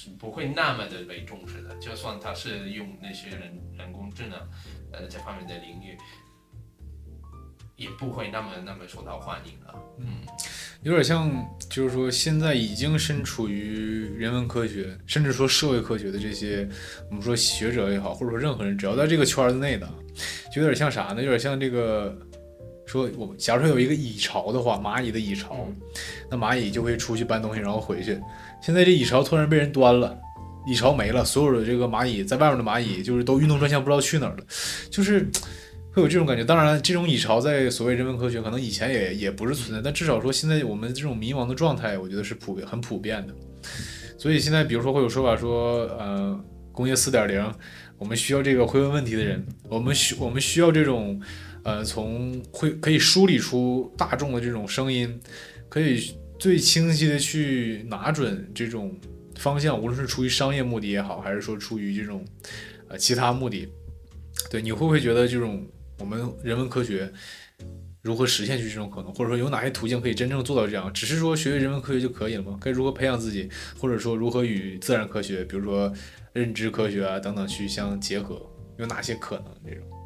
是不会那么的被重视的。就算它是用那些人工智能这方面的领域，也不会那么受到欢迎了。 有点像，就是说现在已经身处于人文科学，甚至说社会科学的这些，我们说学者也好，或者说任何人，只要在这个圈子内的，就有点像啥呢？有点像这个，说我假如说有一个蚁巢的话，蚂蚁的蚁巢，那蚂蚁就会出去搬东西，然后回去。现在这蚁巢突然被人端了，蚁巢没了，所有的这个蚂蚁在外面的蚂蚁就是都运动专项，不知道去哪儿了，就是会有这种感觉。当然，这种蚁巢在所谓人文科学可能以前也不是存在，但至少说现在我们这种迷茫的状态，我觉得是很普遍的。所以现在比如说会有说法说，工业4.0，我们需要这个会问问题的人，我们需要这种，可以梳理出大众的这种声音，可以最清晰的去拿准这种方向，无论是出于商业目的也好，还是说出于这种其他目的。对，你会不会觉得这种我们人文科学如何实现去这种可能，或者说有哪些途径可以真正做到这样？只是说学人文科学就可以了吗？该如何培养自己，或者说如何与自然科学，比如说认知科学啊等等去相结合？有哪些可能？这种？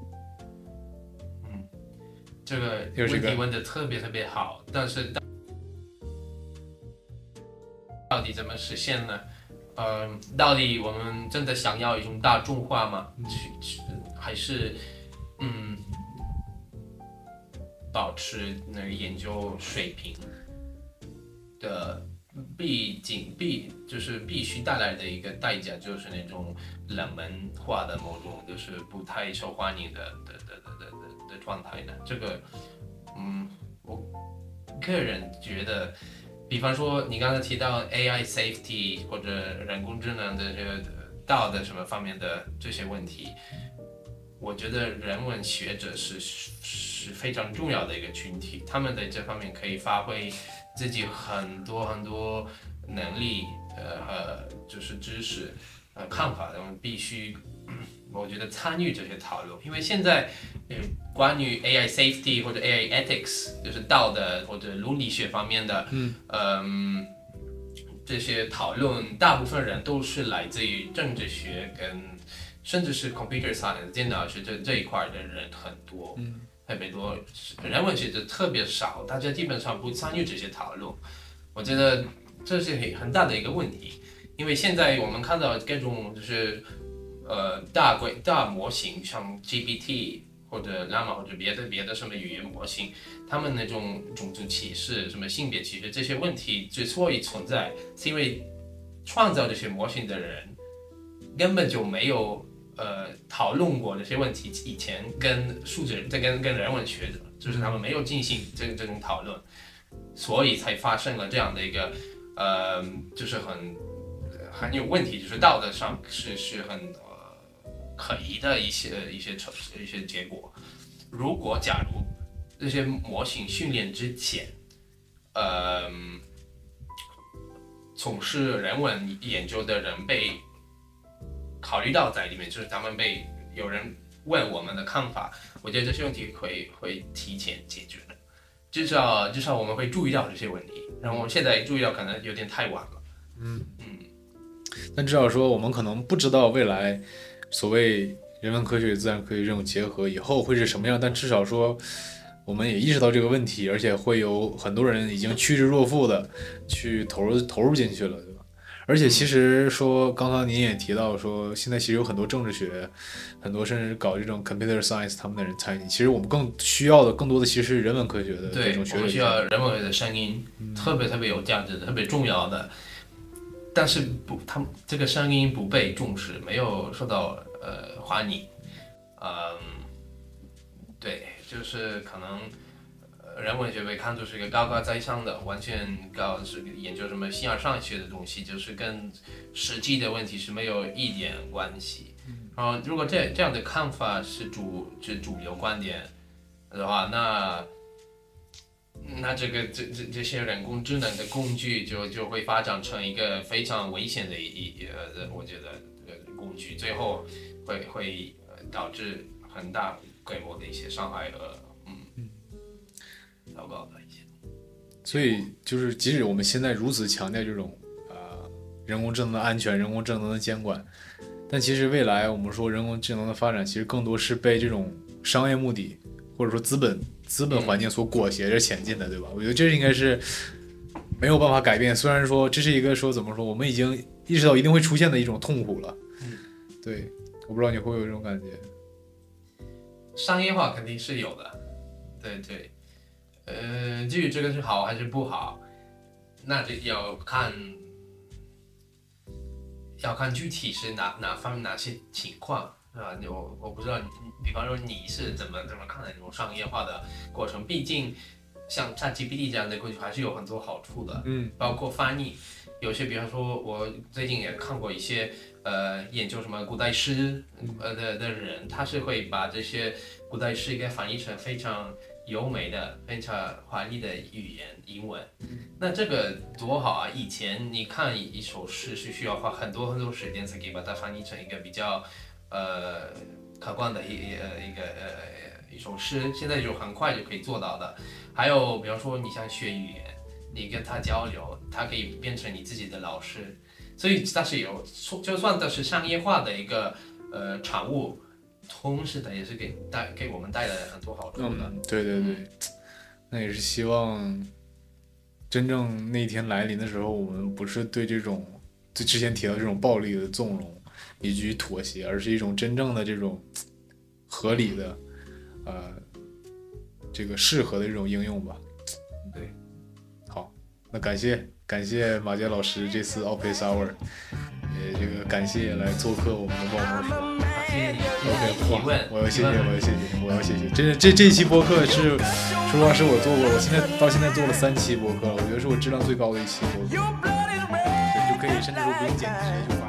这个问题问得特别好，但是到底怎么实现呢？到底我们真的想要一种大众化吗？还是保持那个研究水平的必须带来的一个代价，就是那种冷门化的某种就是不太受欢迎的状态呢？这个我个人觉得。比方说，你刚才提到 AI safety 或者人工智能的这个道德什么方面的这些问题，我觉得人文学者是非常重要的一个群体，他们在这方面可以发挥自己很多能力，就是知识，看法，我们必须。我觉得参与这些讨论，因为现在，关于 AI safety 或者 AI ethics， 就是道德或者伦理学方面的，这些讨论，大部分人都是来自于政治学跟甚至是 computer science 电脑学这一块的人很多，特别多，人文学者特别少，大家基本上不参与这些讨论，我觉得这是很大的一个问题，因为现在我们看到各种就是。大模型像 GPT 或者 Llama 或者别的什么语言模型，他们那种种族歧视、什么性别歧视这些问题之所以存在，是因为创造这些模型的人根本就没有讨论过这些问题，以前跟人文学者，就是他们没有进行这种讨论，所以才发生了这样的一个就是很有问题，就是道德上是很可疑的一些结果。如果假如这些模型训练之前，从事人文研究的人被考虑到在里面，就是他们被有人问我们的看法，我觉得这些问题会提前解决的，至少我们会注意到这些问题，然后我们现在注意到可能有点太晚了。 但至少说我们可能不知道未来。所谓人文科学与自然科学这种结合以后会是什么样，但至少说我们也意识到这个问题，而且会有很多人已经趋之若鹜的去投入进去了，对吧？而且其实说刚刚您也提到说，现在其实有很多政治学，很多甚至搞这种 computer science 他们的人参与，其实我们更需要的更多的其实是人文科学的这种学者， 对，我们需要人文的声音，特别有价值的，特别重要的。但是他们这个声音不被重视，没有受到欢迎，对，就是可能人文学被看作是一个高高在上的，完全是研究什么形而上学的东西，就是跟实际的问题是没有一点关系。然后如果这样的看法是主流观点的话，那这些人工智能的工具就会发展成一个非常危险的我觉得工具，最后会导致很大规模的一些伤害和糟糕的一些。 所以就是即使我们现在如此强调这种人工智能的安全、人工智能的监管。但其实未来我们说人工智能的发展，其实更多是被这种商业目的或者说资本环境所裹挟着前进的，对吧？我觉得这应该是没有办法改变。虽然说这是一个说怎么说，我们已经意识到一定会出现的一种痛苦了。对，我不知道你会不会有这种感觉。 商业化肯定是有的，对。至于这个是好还是不好，那就要看具体是哪些情况啊？我不知道，比方说你是怎么看待这种商业化的过程？毕竟像 ChatGPT 这样的工具还是有很多好处的，包括翻译。有些比方说，我最近也看过一些研究什么古代诗的人，他是会把这些古代诗给翻译成非常优美的、非常华丽的语言英文。那这个多好啊！以前你看一首诗是需要花很多时间才可以把它翻译成一个比较可观的一首诗，现在就很快就可以做到的。还有比方说你像学语言，你跟他交流，他可以变成你自己的老师，所以它是有，就算它是商业化的一个产物，同时它也是给我们带来很多好处的。 对，那也是希望真正那一天来临的时候，我们不是对这种对之前提到这种暴力的纵容以及妥协，而是一种真正的这种合理的这个适合的这种应用吧。 对， 好，那感谢马杰老师这次 Office Hour， 也这个感谢来做客我们的爆幕说。 OK， 我要谢谢。这一期播客是，说实话是我做过，我到现在做了3期播客了，我觉得是我质量最高的一期播客，对，就可以甚至说不用剪辑就发。